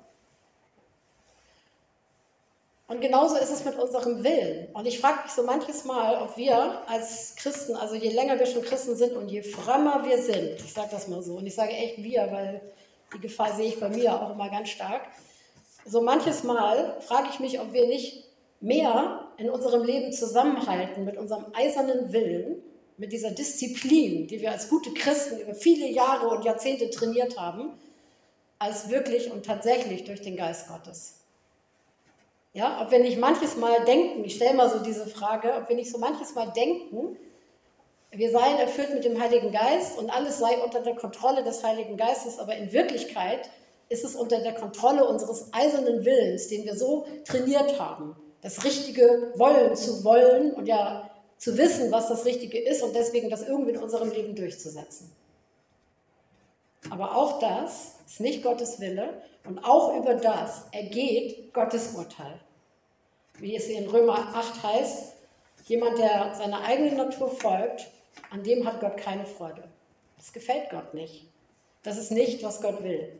Und genauso ist es mit unserem Willen. Und ich frage mich so manches Mal, ob wir als Christen, also je länger wir schon Christen sind und je frömmer wir sind, ich sage das mal so, und ich sage echt wir, weil die Gefahr sehe ich bei mir auch immer ganz stark, so manches Mal frage ich mich, ob wir nicht mehr in unserem Leben zusammenhalten mit unserem eisernen Willen, mit dieser Disziplin, die wir als gute Christen über viele Jahre und Jahrzehnte trainiert haben, als wirklich und tatsächlich durch den Geist Gottes. Ja, ob wir nicht manches Mal denken, ich stelle mal so diese Frage, ob wir nicht so manches Mal denken, wir seien erfüllt mit dem Heiligen Geist und alles sei unter der Kontrolle des Heiligen Geistes, aber in Wirklichkeit ist es unter der Kontrolle unseres eisernen Willens, den wir so trainiert haben, das richtige Wollen zu wollen und ja zu wissen, was das Richtige ist und deswegen das irgendwie in unserem Leben durchzusetzen. Aber auch das ist nicht Gottes Wille und auch über das ergeht Gottes Urteil. Wie es in Römer acht heißt, jemand, der seiner eigenen Natur folgt, an dem hat Gott keine Freude. Das gefällt Gott nicht. Das ist nicht, was Gott will.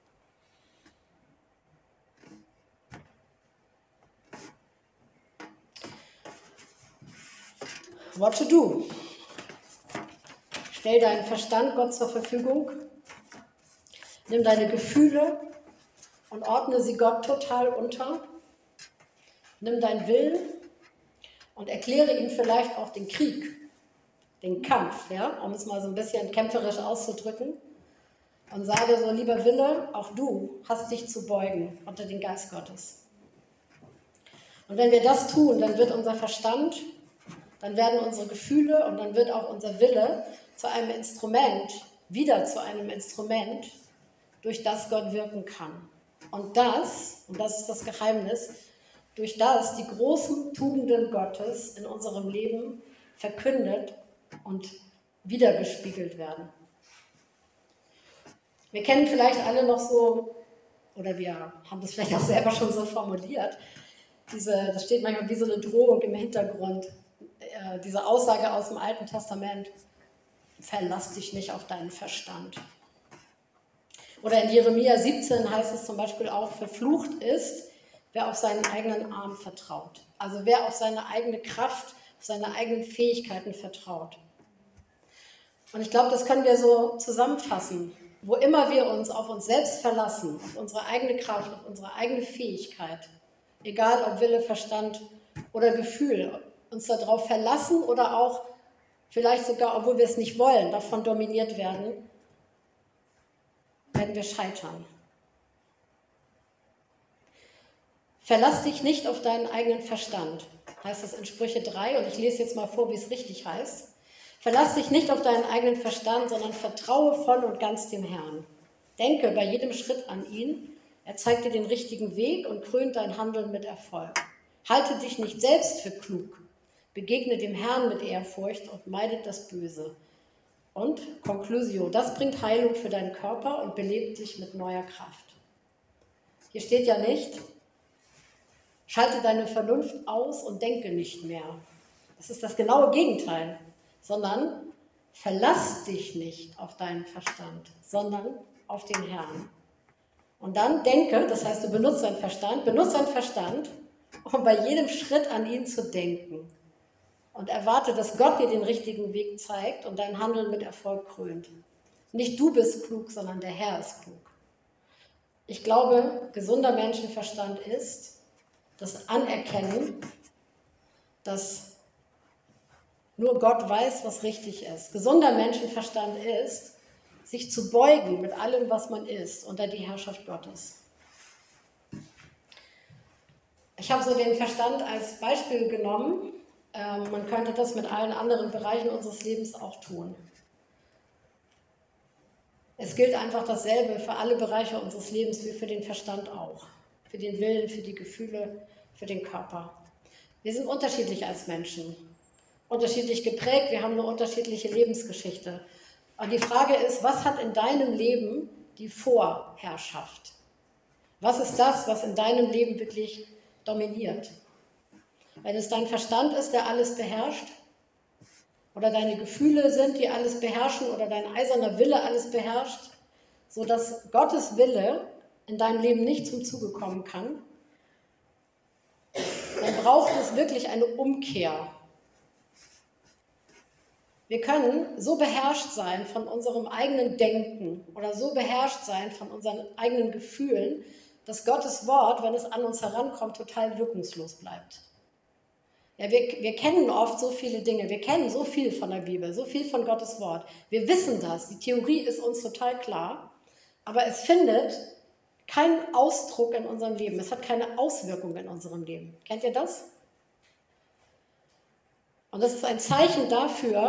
What to do? Stell deinen Verstand Gott zur Verfügung. Nimm deine Gefühle und ordne sie Gott total unter. Nimm deinen Willen und erkläre ihm vielleicht auch den Krieg, den Kampf, ja, um es mal so ein bisschen kämpferisch auszudrücken. Und sage so, lieber Wille, auch du hast dich zu beugen unter den Geist Gottes. Und wenn wir das tun, dann wird unser Verstand, dann werden unsere Gefühle und dann wird auch unser Wille zu einem Instrument, wieder zu einem Instrument, durch das Gott wirken kann. Und das, und das ist das Geheimnis, durch das die großen Tugenden Gottes in unserem Leben verkündet und wiedergespiegelt werden. Wir kennen vielleicht alle noch so, oder wir haben das vielleicht auch selber schon so formuliert, diese, das steht manchmal wie so eine Drohung im Hintergrund, äh, diese Aussage aus dem Alten Testament, verlass dich nicht auf deinen Verstand. Oder in Jeremia siebzehn heißt es zum Beispiel auch, verflucht ist, wer auf seinen eigenen Arm vertraut. Also wer auf seine eigene Kraft, auf seine eigenen Fähigkeiten vertraut. Und ich glaube, das können wir so zusammenfassen. Wo immer wir uns auf uns selbst verlassen, auf unsere eigene Kraft, auf unsere eigene Fähigkeit, egal ob Wille, Verstand oder Gefühl, uns darauf verlassen oder auch vielleicht sogar, obwohl wir es nicht wollen, davon dominiert werden, werden wir scheitern. Verlass dich nicht auf deinen eigenen Verstand, heißt es in Sprüche drei, und ich lese jetzt mal vor, wie es richtig heißt. Verlass dich nicht auf deinen eigenen Verstand, sondern vertraue voll und ganz dem Herrn. Denke bei jedem Schritt an ihn, er zeigt dir den richtigen Weg und krönt dein Handeln mit Erfolg. Halte dich nicht selbst für klug, begegne dem Herrn mit Ehrfurcht und meidet das Böse. Und, Conclusio, das bringt Heilung für deinen Körper und belebt dich mit neuer Kraft. Hier steht ja nicht, schalte deine Vernunft aus und denke nicht mehr. Das ist das genaue Gegenteil, sondern verlass dich nicht auf deinen Verstand, sondern auf den Herrn. Und dann denke, das heißt, du benutzt deinen Verstand, benutzt deinen Verstand, um bei jedem Schritt an ihn zu denken. Und erwarte, dass Gott dir den richtigen Weg zeigt und dein Handeln mit Erfolg krönt. Nicht du bist klug, sondern der Herr ist klug. Ich glaube, gesunder Menschenverstand ist das Anerkennen, dass nur Gott weiß, was richtig ist. Gesunder Menschenverstand ist, sich zu beugen mit allem, was man ist, unter die Herrschaft Gottes. Ich habe so den Verstand als Beispiel genommen. Ähm, man könnte das mit allen anderen Bereichen unseres Lebens auch tun. Es gilt einfach dasselbe für alle Bereiche unseres Lebens wie für den Verstand auch. Für den Willen, für die Gefühle, für den Körper. Wir sind unterschiedlich als Menschen. Unterschiedlich geprägt, wir haben eine unterschiedliche Lebensgeschichte. Und die Frage ist, was hat in deinem Leben die Vorherrschaft? Was ist das, was in deinem Leben wirklich dominiert? Wenn es dein Verstand ist, der alles beherrscht, oder deine Gefühle sind, die alles beherrschen, oder dein eiserner Wille alles beherrscht, sodass Gottes Wille in deinem Leben nicht zum Zuge kommen kann, dann braucht es wirklich eine Umkehr. Wir können so beherrscht sein von unserem eigenen Denken oder so beherrscht sein von unseren eigenen Gefühlen, dass Gottes Wort, wenn es an uns herankommt, total wirkungslos bleibt. Ja, wir, wir kennen oft so viele Dinge, wir kennen so viel von der Bibel, so viel von Gottes Wort. Wir wissen das, die Theorie ist uns total klar, aber es findet keinen Ausdruck in unserem Leben, es hat keine Auswirkung in unserem Leben. Kennt ihr das? Und das ist ein Zeichen dafür,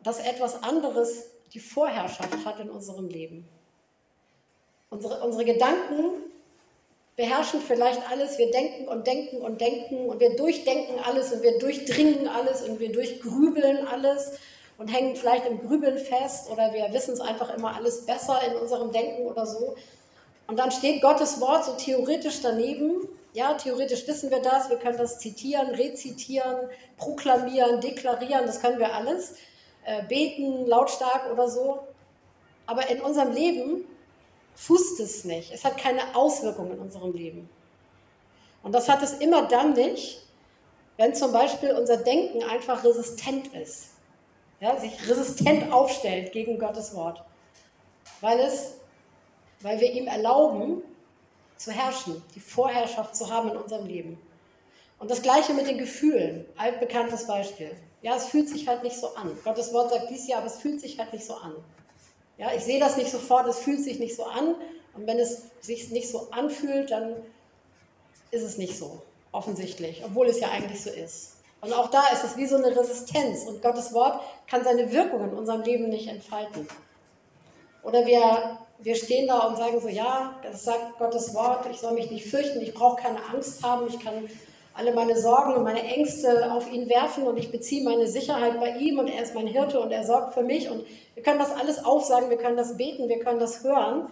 dass etwas anderes die Vorherrschaft hat in unserem Leben. Unsere, unsere Gedanken beherrschen vielleicht alles. Wir denken und denken und denken und wir durchdenken alles und wir durchdringen alles und wir durchgrübeln alles und hängen vielleicht im Grübeln fest oder wir wissen es einfach immer alles besser in unserem Denken oder so. Und dann steht Gottes Wort so theoretisch daneben. Ja, theoretisch wissen wir das, wir können das zitieren, rezitieren, proklamieren, deklarieren, das können wir alles. Äh, beten, lautstark oder so. Aber in unserem Leben fußt es nicht. Es hat keine Auswirkungen in unserem Leben. Und das hat es immer dann nicht, wenn zum Beispiel unser Denken einfach resistent ist. Ja, sich resistent aufstellt gegen Gottes Wort. Weil, es, weil wir ihm erlauben, zu herrschen, die Vorherrschaft zu haben in unserem Leben. Und das Gleiche mit den Gefühlen. Altbekanntes Beispiel. Ja, es fühlt sich halt nicht so an. Gottes Wort sagt dies ja, aber es fühlt sich halt nicht so an. Ja, ich sehe das nicht sofort, es fühlt sich nicht so an. Und wenn es sich nicht so anfühlt, dann ist es nicht so, offensichtlich, obwohl es ja eigentlich so ist. Und auch da ist es wie so eine Resistenz. Und Gottes Wort kann seine Wirkung in unserem Leben nicht entfalten. Oder wir, wir stehen da und sagen so, ja, das sagt Gottes Wort, ich soll mich nicht fürchten, ich brauche keine Angst haben, ich kann alle meine Sorgen und meine Ängste auf ihn werfen und ich beziehe meine Sicherheit bei ihm und er ist mein Hirte und er sorgt für mich. Und wir können das alles aufsagen, wir können das beten, wir können das hören.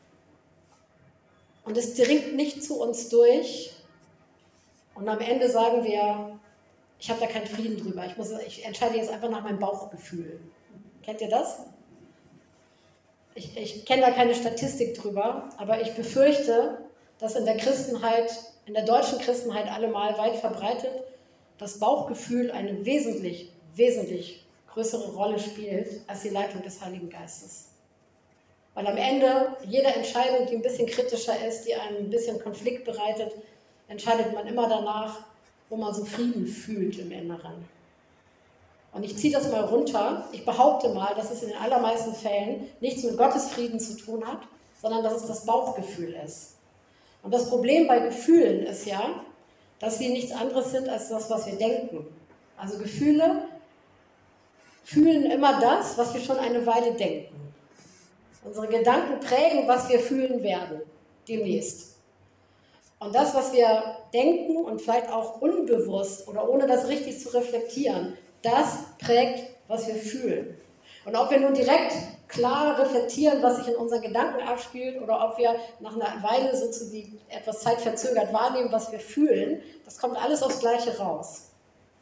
Und es dringt nicht zu uns durch. Und am Ende sagen wir, ich habe da keinen Frieden drüber, ich, muss, ich entscheide jetzt einfach nach meinem Bauchgefühl. Kennt ihr das? Ich, ich kenne da keine Statistik drüber, aber ich befürchte, dass in der Christenheit, in der deutschen Christenheit allemal weit verbreitet, das Bauchgefühl eine wesentlich, wesentlich größere Rolle spielt als die Leitung des Heiligen Geistes. Weil am Ende jede Entscheidung, die ein bisschen kritischer ist, die einem ein bisschen Konflikt bereitet, entscheidet man immer danach, wo man so Frieden fühlt im Inneren. Und ich ziehe das mal runter. Ich behaupte mal, dass es in den allermeisten Fällen nichts mit Gottes Frieden zu tun hat, sondern dass es das Bauchgefühl ist. Und das Problem bei Gefühlen ist ja, dass sie nichts anderes sind als das, was wir denken. Also Gefühle fühlen immer das, was wir schon eine Weile denken. Unsere Gedanken prägen, was wir fühlen werden, demnächst. Und das, was wir denken und vielleicht auch unbewusst oder ohne das richtig zu reflektieren, das prägt, was wir fühlen. Und ob wir nun direkt klar reflektieren, was sich in unseren Gedanken abspielt, oder ob wir nach einer Weile sozusagen etwas zeitverzögert wahrnehmen, was wir fühlen, das kommt alles aufs Gleiche raus.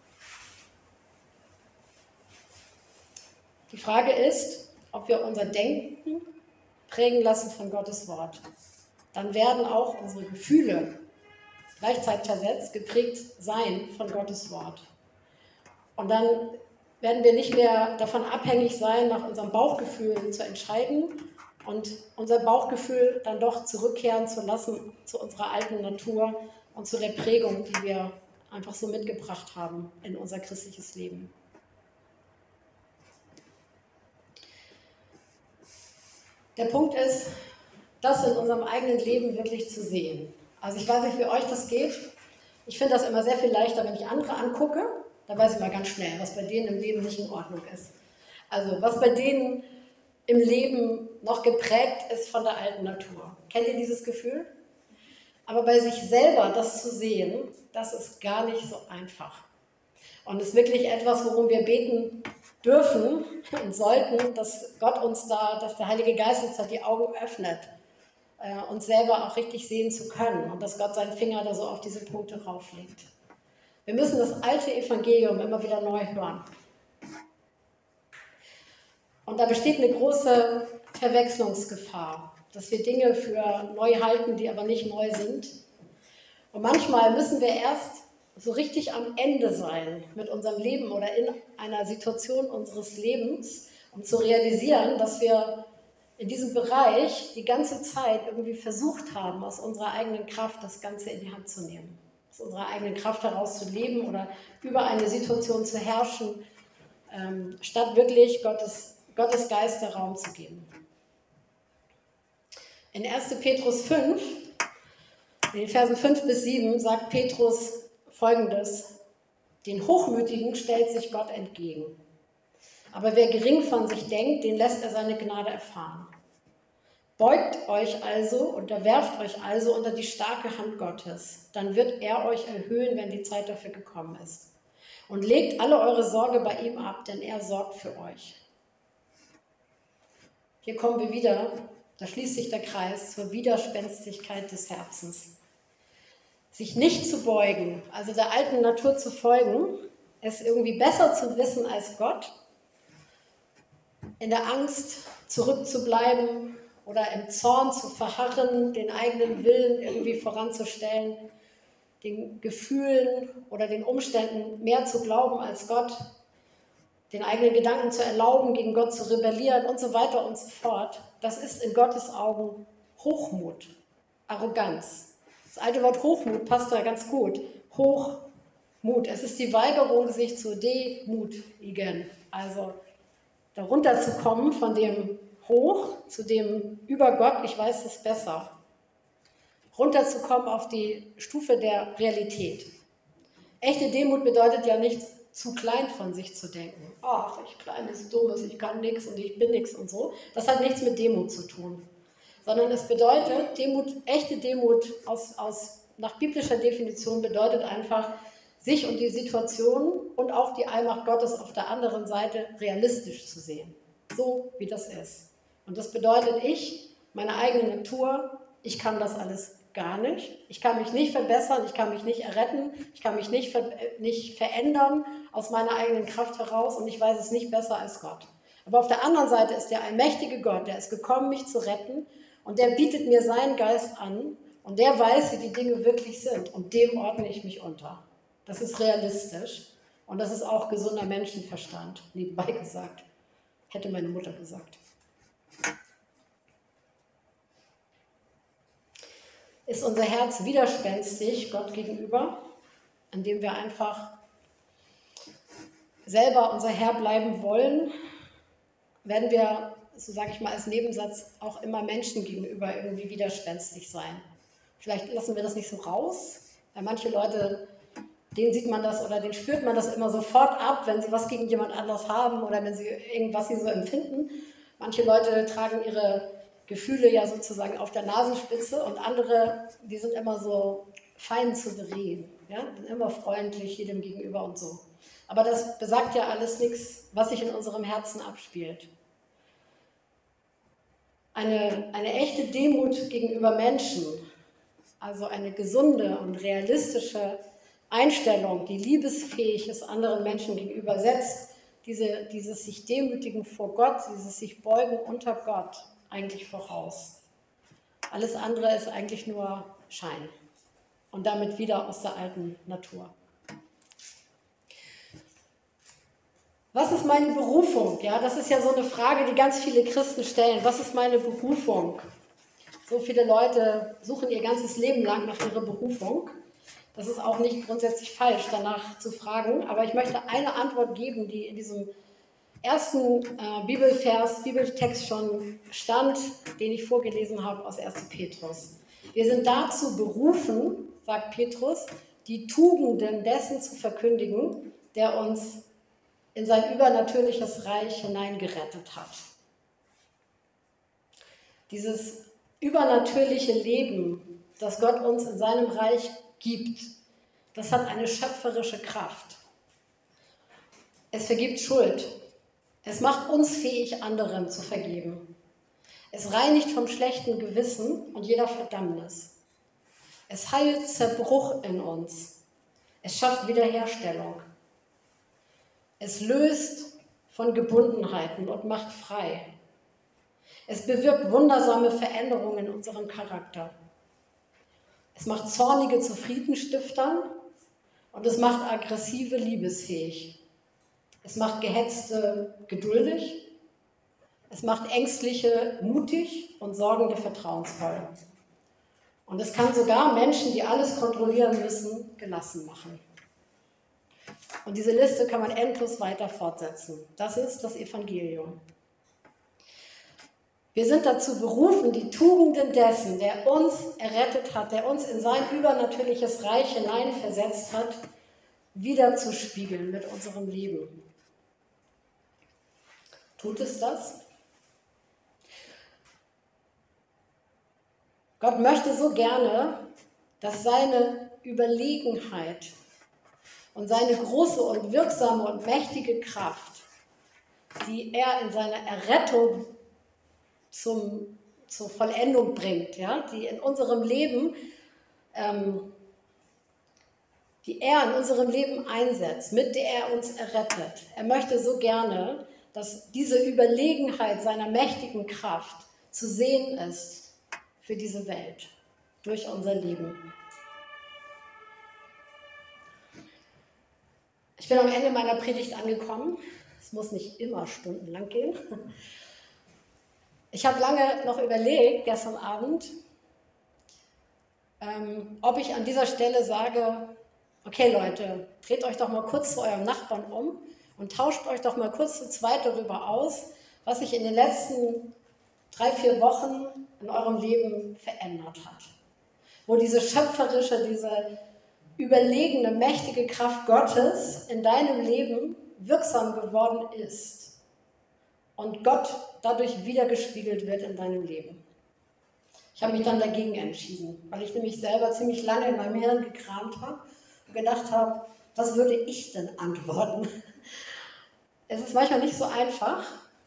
Die Frage ist, ob wir unser Denken prägen lassen von Gottes Wort. Dann werden auch unsere Gefühle gleichzeitig versetzt, geprägt sein von Gottes Wort. Und dann werden wir nicht mehr davon abhängig sein, nach unserem Bauchgefühl zu entscheiden und unser Bauchgefühl dann doch zurückkehren zu lassen zu unserer alten Natur und zu der Prägung, die wir einfach so mitgebracht haben in unser christliches Leben. Der Punkt ist, das in unserem eigenen Leben wirklich zu sehen. Also ich weiß nicht, wie euch das geht. Ich finde das immer sehr viel leichter, wenn ich andere angucke. Da weiß ich mal ganz schnell, was bei denen im Leben nicht in Ordnung ist. Also was bei denen im Leben noch geprägt ist von der alten Natur. Kennt ihr dieses Gefühl? Aber bei sich selber das zu sehen, das ist gar nicht so einfach. Und es ist wirklich etwas, worum wir beten dürfen und sollten, dass Gott uns da, dass der Heilige Geist uns da die Augen öffnet, äh, uns selber auch richtig sehen zu können und dass Gott seinen Finger da so auf diese Punkte rauflegt. Wir müssen das alte Evangelium immer wieder neu hören. Und da besteht eine große Verwechslungsgefahr, dass wir Dinge für neu halten, die aber nicht neu sind. Und manchmal müssen wir erst so richtig am Ende sein mit unserem Leben oder in einer Situation unseres Lebens, um zu realisieren, dass wir in diesem Bereich die ganze Zeit irgendwie versucht haben, aus unserer eigenen Kraft das Ganze in die Hand zu nehmen. Aus unserer eigenen Kraft heraus zu leben oder über eine Situation zu herrschen, ähm, statt wirklich Gottes, Gottes Geist der Raum zu geben. In erster Petrus fünf, in den Versen fünf bis sieben, sagt Petrus Folgendes: Den Hochmütigen stellt sich Gott entgegen, Aber wer gering von sich denkt, den lässt er seine Gnade erfahren. Beugt euch also, unterwerft euch also unter die starke Hand Gottes. Dann wird er euch erhöhen, wenn die Zeit dafür gekommen ist. Und legt alle eure Sorge bei ihm ab, denn er sorgt für euch. Hier kommen wir wieder, da schließt sich der Kreis zur Widerspenstigkeit des Herzens. Sich nicht zu beugen, also der alten Natur zu folgen, es irgendwie besser zu wissen als Gott, in der Angst zurückzubleiben oder im Zorn zu verharren, den eigenen Willen irgendwie voranzustellen, den Gefühlen oder den Umständen mehr zu glauben als Gott, den eigenen Gedanken zu erlauben, gegen Gott zu rebellieren und so weiter und so fort. Das ist in Gottes Augen Hochmut, Arroganz. Das alte Wort Hochmut passt da ganz gut. Hochmut. Es ist die Weigerung, sich zu demutigen. Also darunter zu kommen von dem Hoch zu dem über Gott, ich weiß es besser. Runterzukommen auf die Stufe der Realität. Echte Demut bedeutet ja nicht, zu klein von sich zu denken. Ach, ich kleines, dummes, ich kann nichts und ich bin nichts und so. Das hat nichts mit Demut zu tun. Sondern es bedeutet, Demut, echte Demut aus, aus, nach biblischer Definition bedeutet einfach, sich und die Situation und auch die Allmacht Gottes auf der anderen Seite realistisch zu sehen. So wie das ist. Und das bedeutet, ich, meine eigene Natur, ich kann das alles gar nicht. Ich kann mich nicht verbessern, ich kann mich nicht erretten, ich kann mich nicht, ver nicht verändern aus meiner eigenen Kraft heraus und ich weiß es nicht besser als Gott. Aber auf der anderen Seite ist der allmächtige Gott, der ist gekommen, mich zu retten und der bietet mir seinen Geist an und der weiß, wie die Dinge wirklich sind und dem ordne ich mich unter. Das ist realistisch und das ist auch gesunder Menschenverstand, nebenbei gesagt, hätte meine Mutter gesagt. Ist unser Herz widerspenstig Gott gegenüber, indem wir einfach selber unser Herr bleiben wollen, werden wir, so sage ich mal als Nebensatz, auch immer Menschen gegenüber irgendwie widerspenstig sein. Vielleicht lassen wir das nicht so raus, weil manche Leute, denen sieht man das oder denen spürt man das immer sofort ab, wenn sie was gegen jemand anders haben oder wenn sie irgendwas sie so empfinden. Manche Leute tragen ihre Gefühle ja sozusagen auf der Nasenspitze und andere, die sind immer so fein zu bereden, ja? Sind immer freundlich jedem gegenüber und so. Aber das besagt ja alles nichts, was sich in unserem Herzen abspielt. Eine, eine echte Demut gegenüber Menschen, also eine gesunde und realistische Einstellung, die liebesfähig ist anderen Menschen gegenüber, setzt diese, dieses sich demütigen vor Gott, dieses sich beugen unter Gott eigentlich voraus. Alles andere ist eigentlich nur Schein und damit wieder aus der alten Natur. Was ist meine Berufung? Ja, das ist ja so eine Frage, die ganz viele Christen stellen. Was ist meine Berufung? So viele Leute suchen ihr ganzes Leben lang nach ihrer Berufung. Das ist auch nicht grundsätzlich falsch, danach zu fragen. Aber ich möchte eine Antwort geben, die in diesem ersten äh, Bibelvers, Bibeltext schon stand, den ich vorgelesen habe aus ersten Petrus. Wir sind dazu berufen, sagt Petrus, die Tugenden dessen zu verkündigen, der uns in sein übernatürliches Reich hineingerettet hat. Dieses übernatürliche Leben, das Gott uns in seinem Reich gibt, das hat eine schöpferische Kraft. Es vergibt Schuld. Es macht uns fähig, anderen zu vergeben. Es reinigt vom schlechten Gewissen und jeder Verdammnis. Es heilt Zerbruch in uns. Es schafft Wiederherstellung. Es löst von Gebundenheiten und macht frei. Es bewirkt wundersame Veränderungen in unserem Charakter. Es macht Zornige zu Friedenstiftern und es macht Aggressive liebesfähig. Es macht Gehetzte geduldig. Es macht Ängstliche mutig und Sorgende vertrauensvoll. Und es kann sogar Menschen, die alles kontrollieren müssen, gelassen machen. Und diese Liste kann man endlos weiter fortsetzen. Das ist das Evangelium. Wir sind dazu berufen, die Tugenden dessen, der uns errettet hat, der uns in sein übernatürliches Reich hineinversetzt hat, wieder zu spiegeln mit unserem Leben. Tut es das? Gott möchte so gerne, dass seine Überlegenheit und seine große und wirksame und mächtige Kraft, die er in seiner Errettung zum, zur Vollendung bringt, ja, die in unserem Leben, ähm, die er in unserem Leben einsetzt, mit der er uns errettet. Er möchte so gerne, dass diese Überlegenheit seiner mächtigen Kraft zu sehen ist für diese Welt, durch unser Leben. Ich bin am Ende meiner Predigt angekommen. Es muss nicht immer stundenlang gehen. Ich habe lange noch überlegt, gestern Abend, ähm, ob ich an dieser Stelle sage, okay Leute, dreht euch doch mal kurz zu eurem Nachbarn um und tauscht euch doch mal kurz zu zweit darüber aus, was sich in den letzten drei, vier Wochen in eurem Leben verändert hat. Wo diese schöpferische, diese überlegene, mächtige Kraft Gottes in deinem Leben wirksam geworden ist und Gott dadurch wiedergespiegelt wird in deinem Leben. Ich habe mich dann dagegen entschieden, weil ich nämlich selber ziemlich lange in meinem Hirn gekramt habe und gedacht habe, was würde ich denn antworten? Es ist manchmal nicht so einfach,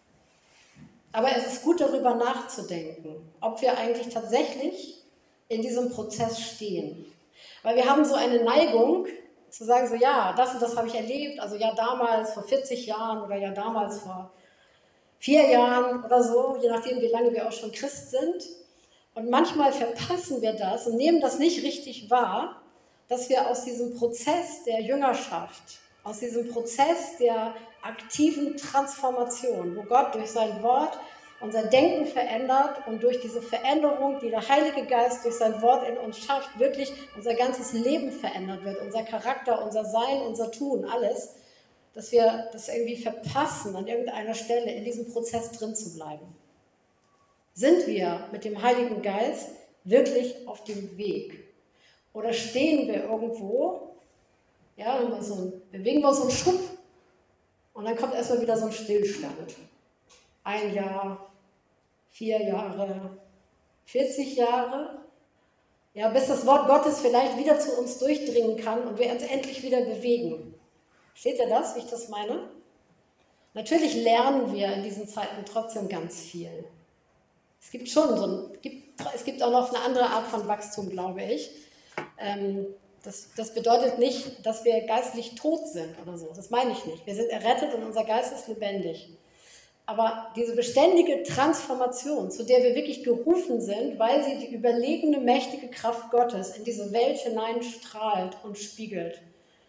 aber es ist gut, darüber nachzudenken, ob wir eigentlich tatsächlich in diesem Prozess stehen. Weil wir haben so eine Neigung, zu sagen, so ja, das und das habe ich erlebt, also ja damals vor vierzig Jahren oder ja damals vor vier Jahren oder so, je nachdem, wie lange wir auch schon Christ sind. Und manchmal verpassen wir das und nehmen das nicht richtig wahr, dass wir aus diesem Prozess der Jüngerschaft, aus diesem Prozess der aktiven Transformation, wo Gott durch sein Wort unser Denken verändert und durch diese Veränderung, die der Heilige Geist durch sein Wort in uns schafft, wirklich unser ganzes Leben verändert wird, unser Charakter, unser Sein, unser Tun, alles, dass wir das irgendwie verpassen, an irgendeiner Stelle in diesem Prozess drin zu bleiben. Sind wir mit dem Heiligen Geist wirklich auf dem Weg? Oder stehen wir irgendwo, ja, so ein, bewegen wir uns so einen Schub und dann kommt erstmal wieder so ein Stillstand. Ein Jahr, vier Jahre, vierzig Jahre, ja, bis das Wort Gottes vielleicht wieder zu uns durchdringen kann und wir uns endlich wieder bewegen. Versteht ihr das, wie ich das meine? Natürlich lernen wir in diesen Zeiten trotzdem ganz viel. Es gibt schon so ein, gibt, es gibt auch noch eine andere Art von Wachstum, glaube ich. Ähm, das, das bedeutet nicht, dass wir geistlich tot sind oder so. Das meine ich nicht. Wir sind errettet und unser Geist ist lebendig. Aber diese beständige Transformation, zu der wir wirklich gerufen sind, weil sie die überlegene, mächtige Kraft Gottes in diese Welt hineinstrahlt und spiegelt,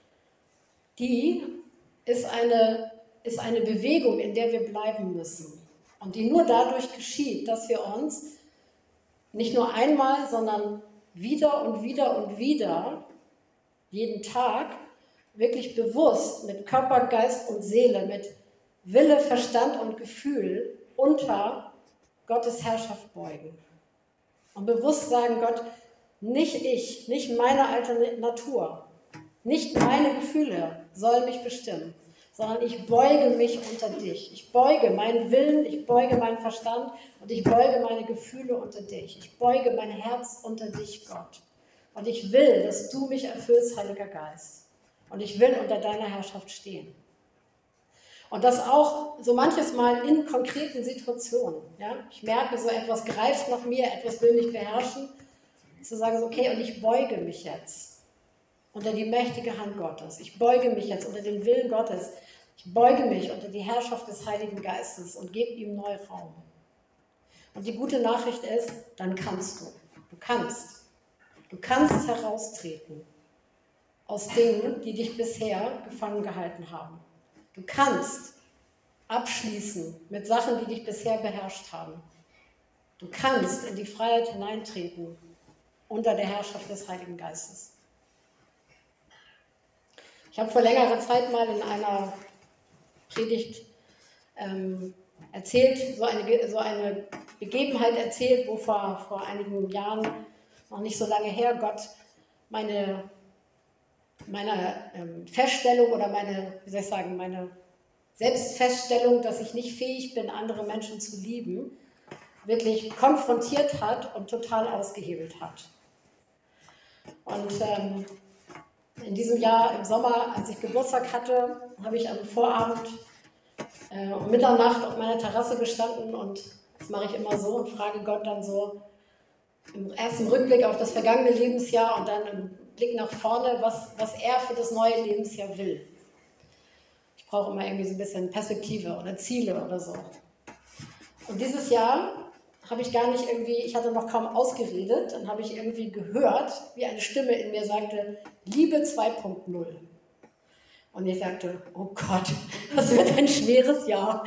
die ist eine, ist eine Bewegung, in der wir bleiben müssen. Und die nur dadurch geschieht, dass wir uns nicht nur einmal, sondern wieder und wieder und wieder, jeden Tag, wirklich bewusst mit Körper, Geist und Seele, mit Wille, Verstand und Gefühl unter Gottes Herrschaft beugen. Und bewusst sagen, Gott, nicht ich, nicht meine alte Natur, nicht meine Gefühle sollen mich bestimmen, sondern ich beuge mich unter dich. Ich beuge meinen Willen, ich beuge meinen Verstand und ich beuge meine Gefühle unter dich. Ich beuge mein Herz unter dich, Gott. Und ich will, dass du mich erfüllst, Heiliger Geist. Und ich will unter deiner Herrschaft stehen. Und das auch so manches Mal in konkreten Situationen. Ja? Ich merke, so etwas greift nach mir, etwas will mich beherrschen. Zu sagen, so, okay, und ich beuge mich jetzt unter die mächtige Hand Gottes. Ich beuge mich jetzt unter den Willen Gottes. Ich beuge mich unter die Herrschaft des Heiligen Geistes und gebe ihm neu Raum. Und die gute Nachricht ist, dann kannst du. Du kannst. Du kannst heraustreten aus Dingen, die dich bisher gefangen gehalten haben. Du kannst abschließen mit Sachen, die dich bisher beherrscht haben. Du kannst in die Freiheit hineintreten unter der Herrschaft des Heiligen Geistes. Ich habe vor längerer Zeit mal in einer Predigt ähm, erzählt, so eine, so eine Begebenheit erzählt, wo vor, vor einigen Jahren, noch nicht so lange her, Gott meine, meine ähm, Feststellung oder meine, wie soll ich sagen, meine Selbstfeststellung, dass ich nicht fähig bin, andere Menschen zu lieben, wirklich konfrontiert hat und total ausgehebelt hat. Und ähm, in diesem Jahr im Sommer, als ich Geburtstag hatte, habe ich am Vorabend äh, um Mitternacht auf meiner Terrasse gestanden und das mache ich immer so und frage Gott dann so im ersten Rückblick auf das vergangene Lebensjahr und dann im Blick nach vorne, was, was er für das neue Lebensjahr will. Ich brauche immer irgendwie so ein bisschen Perspektive oder Ziele oder so. Und dieses Jahr habe ich gar nicht irgendwie, ich hatte noch kaum ausgeredet, dann habe ich irgendwie gehört, wie eine Stimme in mir sagte, Liebe zwei Punkt null. Und ich sagte, oh Gott, das wird ein schweres Jahr.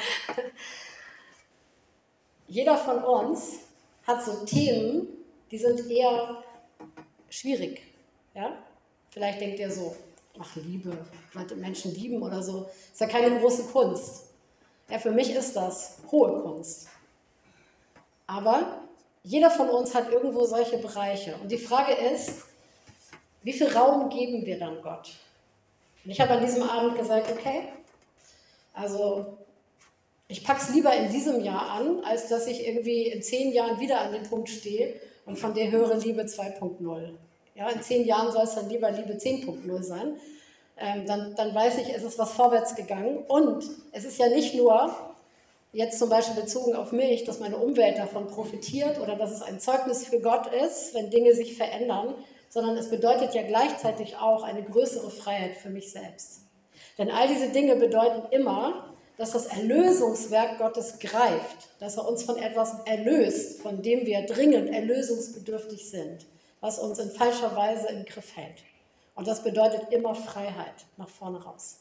Jeder von uns hat so Themen, die sind eher schwierig. Ja? Vielleicht denkt ihr so, ach Liebe, sollte Menschen lieben oder so. Ist ja keine große Kunst. Ja, für mich ist das hohe Kunst. Aber jeder von uns hat irgendwo solche Bereiche. Und die Frage ist, wie viel Raum geben wir dann Gott? Und ich habe an diesem Abend gesagt, okay, also ich packe es lieber in diesem Jahr an, als dass ich irgendwie in zehn Jahren wieder an dem Punkt stehe und von der höre Liebe zwei Punkt null. Ja, in zehn Jahren soll es dann lieber Liebe zehn Punkt null sein. Ähm, dann, dann weiß ich, es ist was vorwärts gegangen. Und es ist ja nicht nur, jetzt zum Beispiel bezogen auf mich, dass meine Umwelt davon profitiert oder dass es ein Zeugnis für Gott ist, wenn Dinge sich verändern, sondern es bedeutet ja gleichzeitig auch eine größere Freiheit für mich selbst. Denn all diese Dinge bedeuten immer, dass das Erlösungswerk Gottes greift, dass er uns von etwas erlöst, von dem wir dringend erlösungsbedürftig sind, was uns in falscher Weise im Griff hält. Und das bedeutet immer Freiheit nach vorne raus.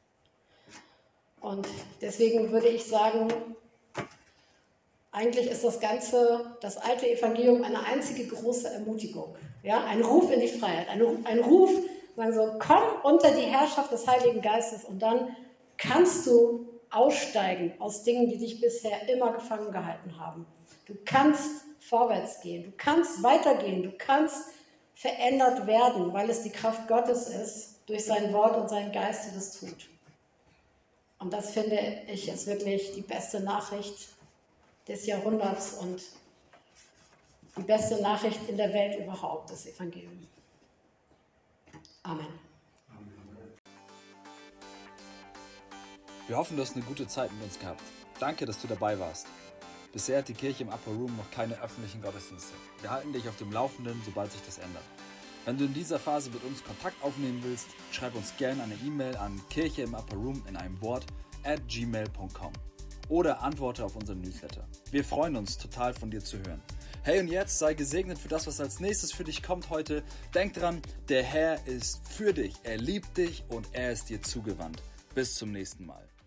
Und deswegen würde ich sagen, eigentlich ist das Ganze, das alte Evangelium, eine einzige große Ermutigung. Ja? Ein Ruf in die Freiheit, ein, ein Ruf, sagen so, komm unter die Herrschaft des Heiligen Geistes und dann kannst du aussteigen aus Dingen, die dich bisher immer gefangen gehalten haben. Du kannst vorwärts gehen, du kannst weitergehen, du kannst verändert werden, weil es die Kraft Gottes ist, durch sein Wort und seinen Geist, die das tut. Und das finde ich ist wirklich die beste Nachricht des Jahrhunderts und die beste Nachricht in der Welt überhaupt, das Evangelium. Amen. Wir hoffen, du hast eine gute Zeit mit uns gehabt. Danke, dass du dabei warst. Bisher hat die Kirche im Upper Room noch keine öffentlichen Gottesdienste. Wir halten dich auf dem Laufenden, sobald sich das ändert. Wenn du in dieser Phase mit uns Kontakt aufnehmen willst, schreib uns gerne eine E-Mail an kirche im Upper Room in einem Wort at gmail punkt com oder antworte auf unseren Newsletter. Wir freuen uns total von dir zu hören. Hey, und jetzt sei gesegnet für das, was als nächstes für dich kommt heute. Denk dran, der Herr ist für dich, er liebt dich und er ist dir zugewandt. Bis zum nächsten Mal.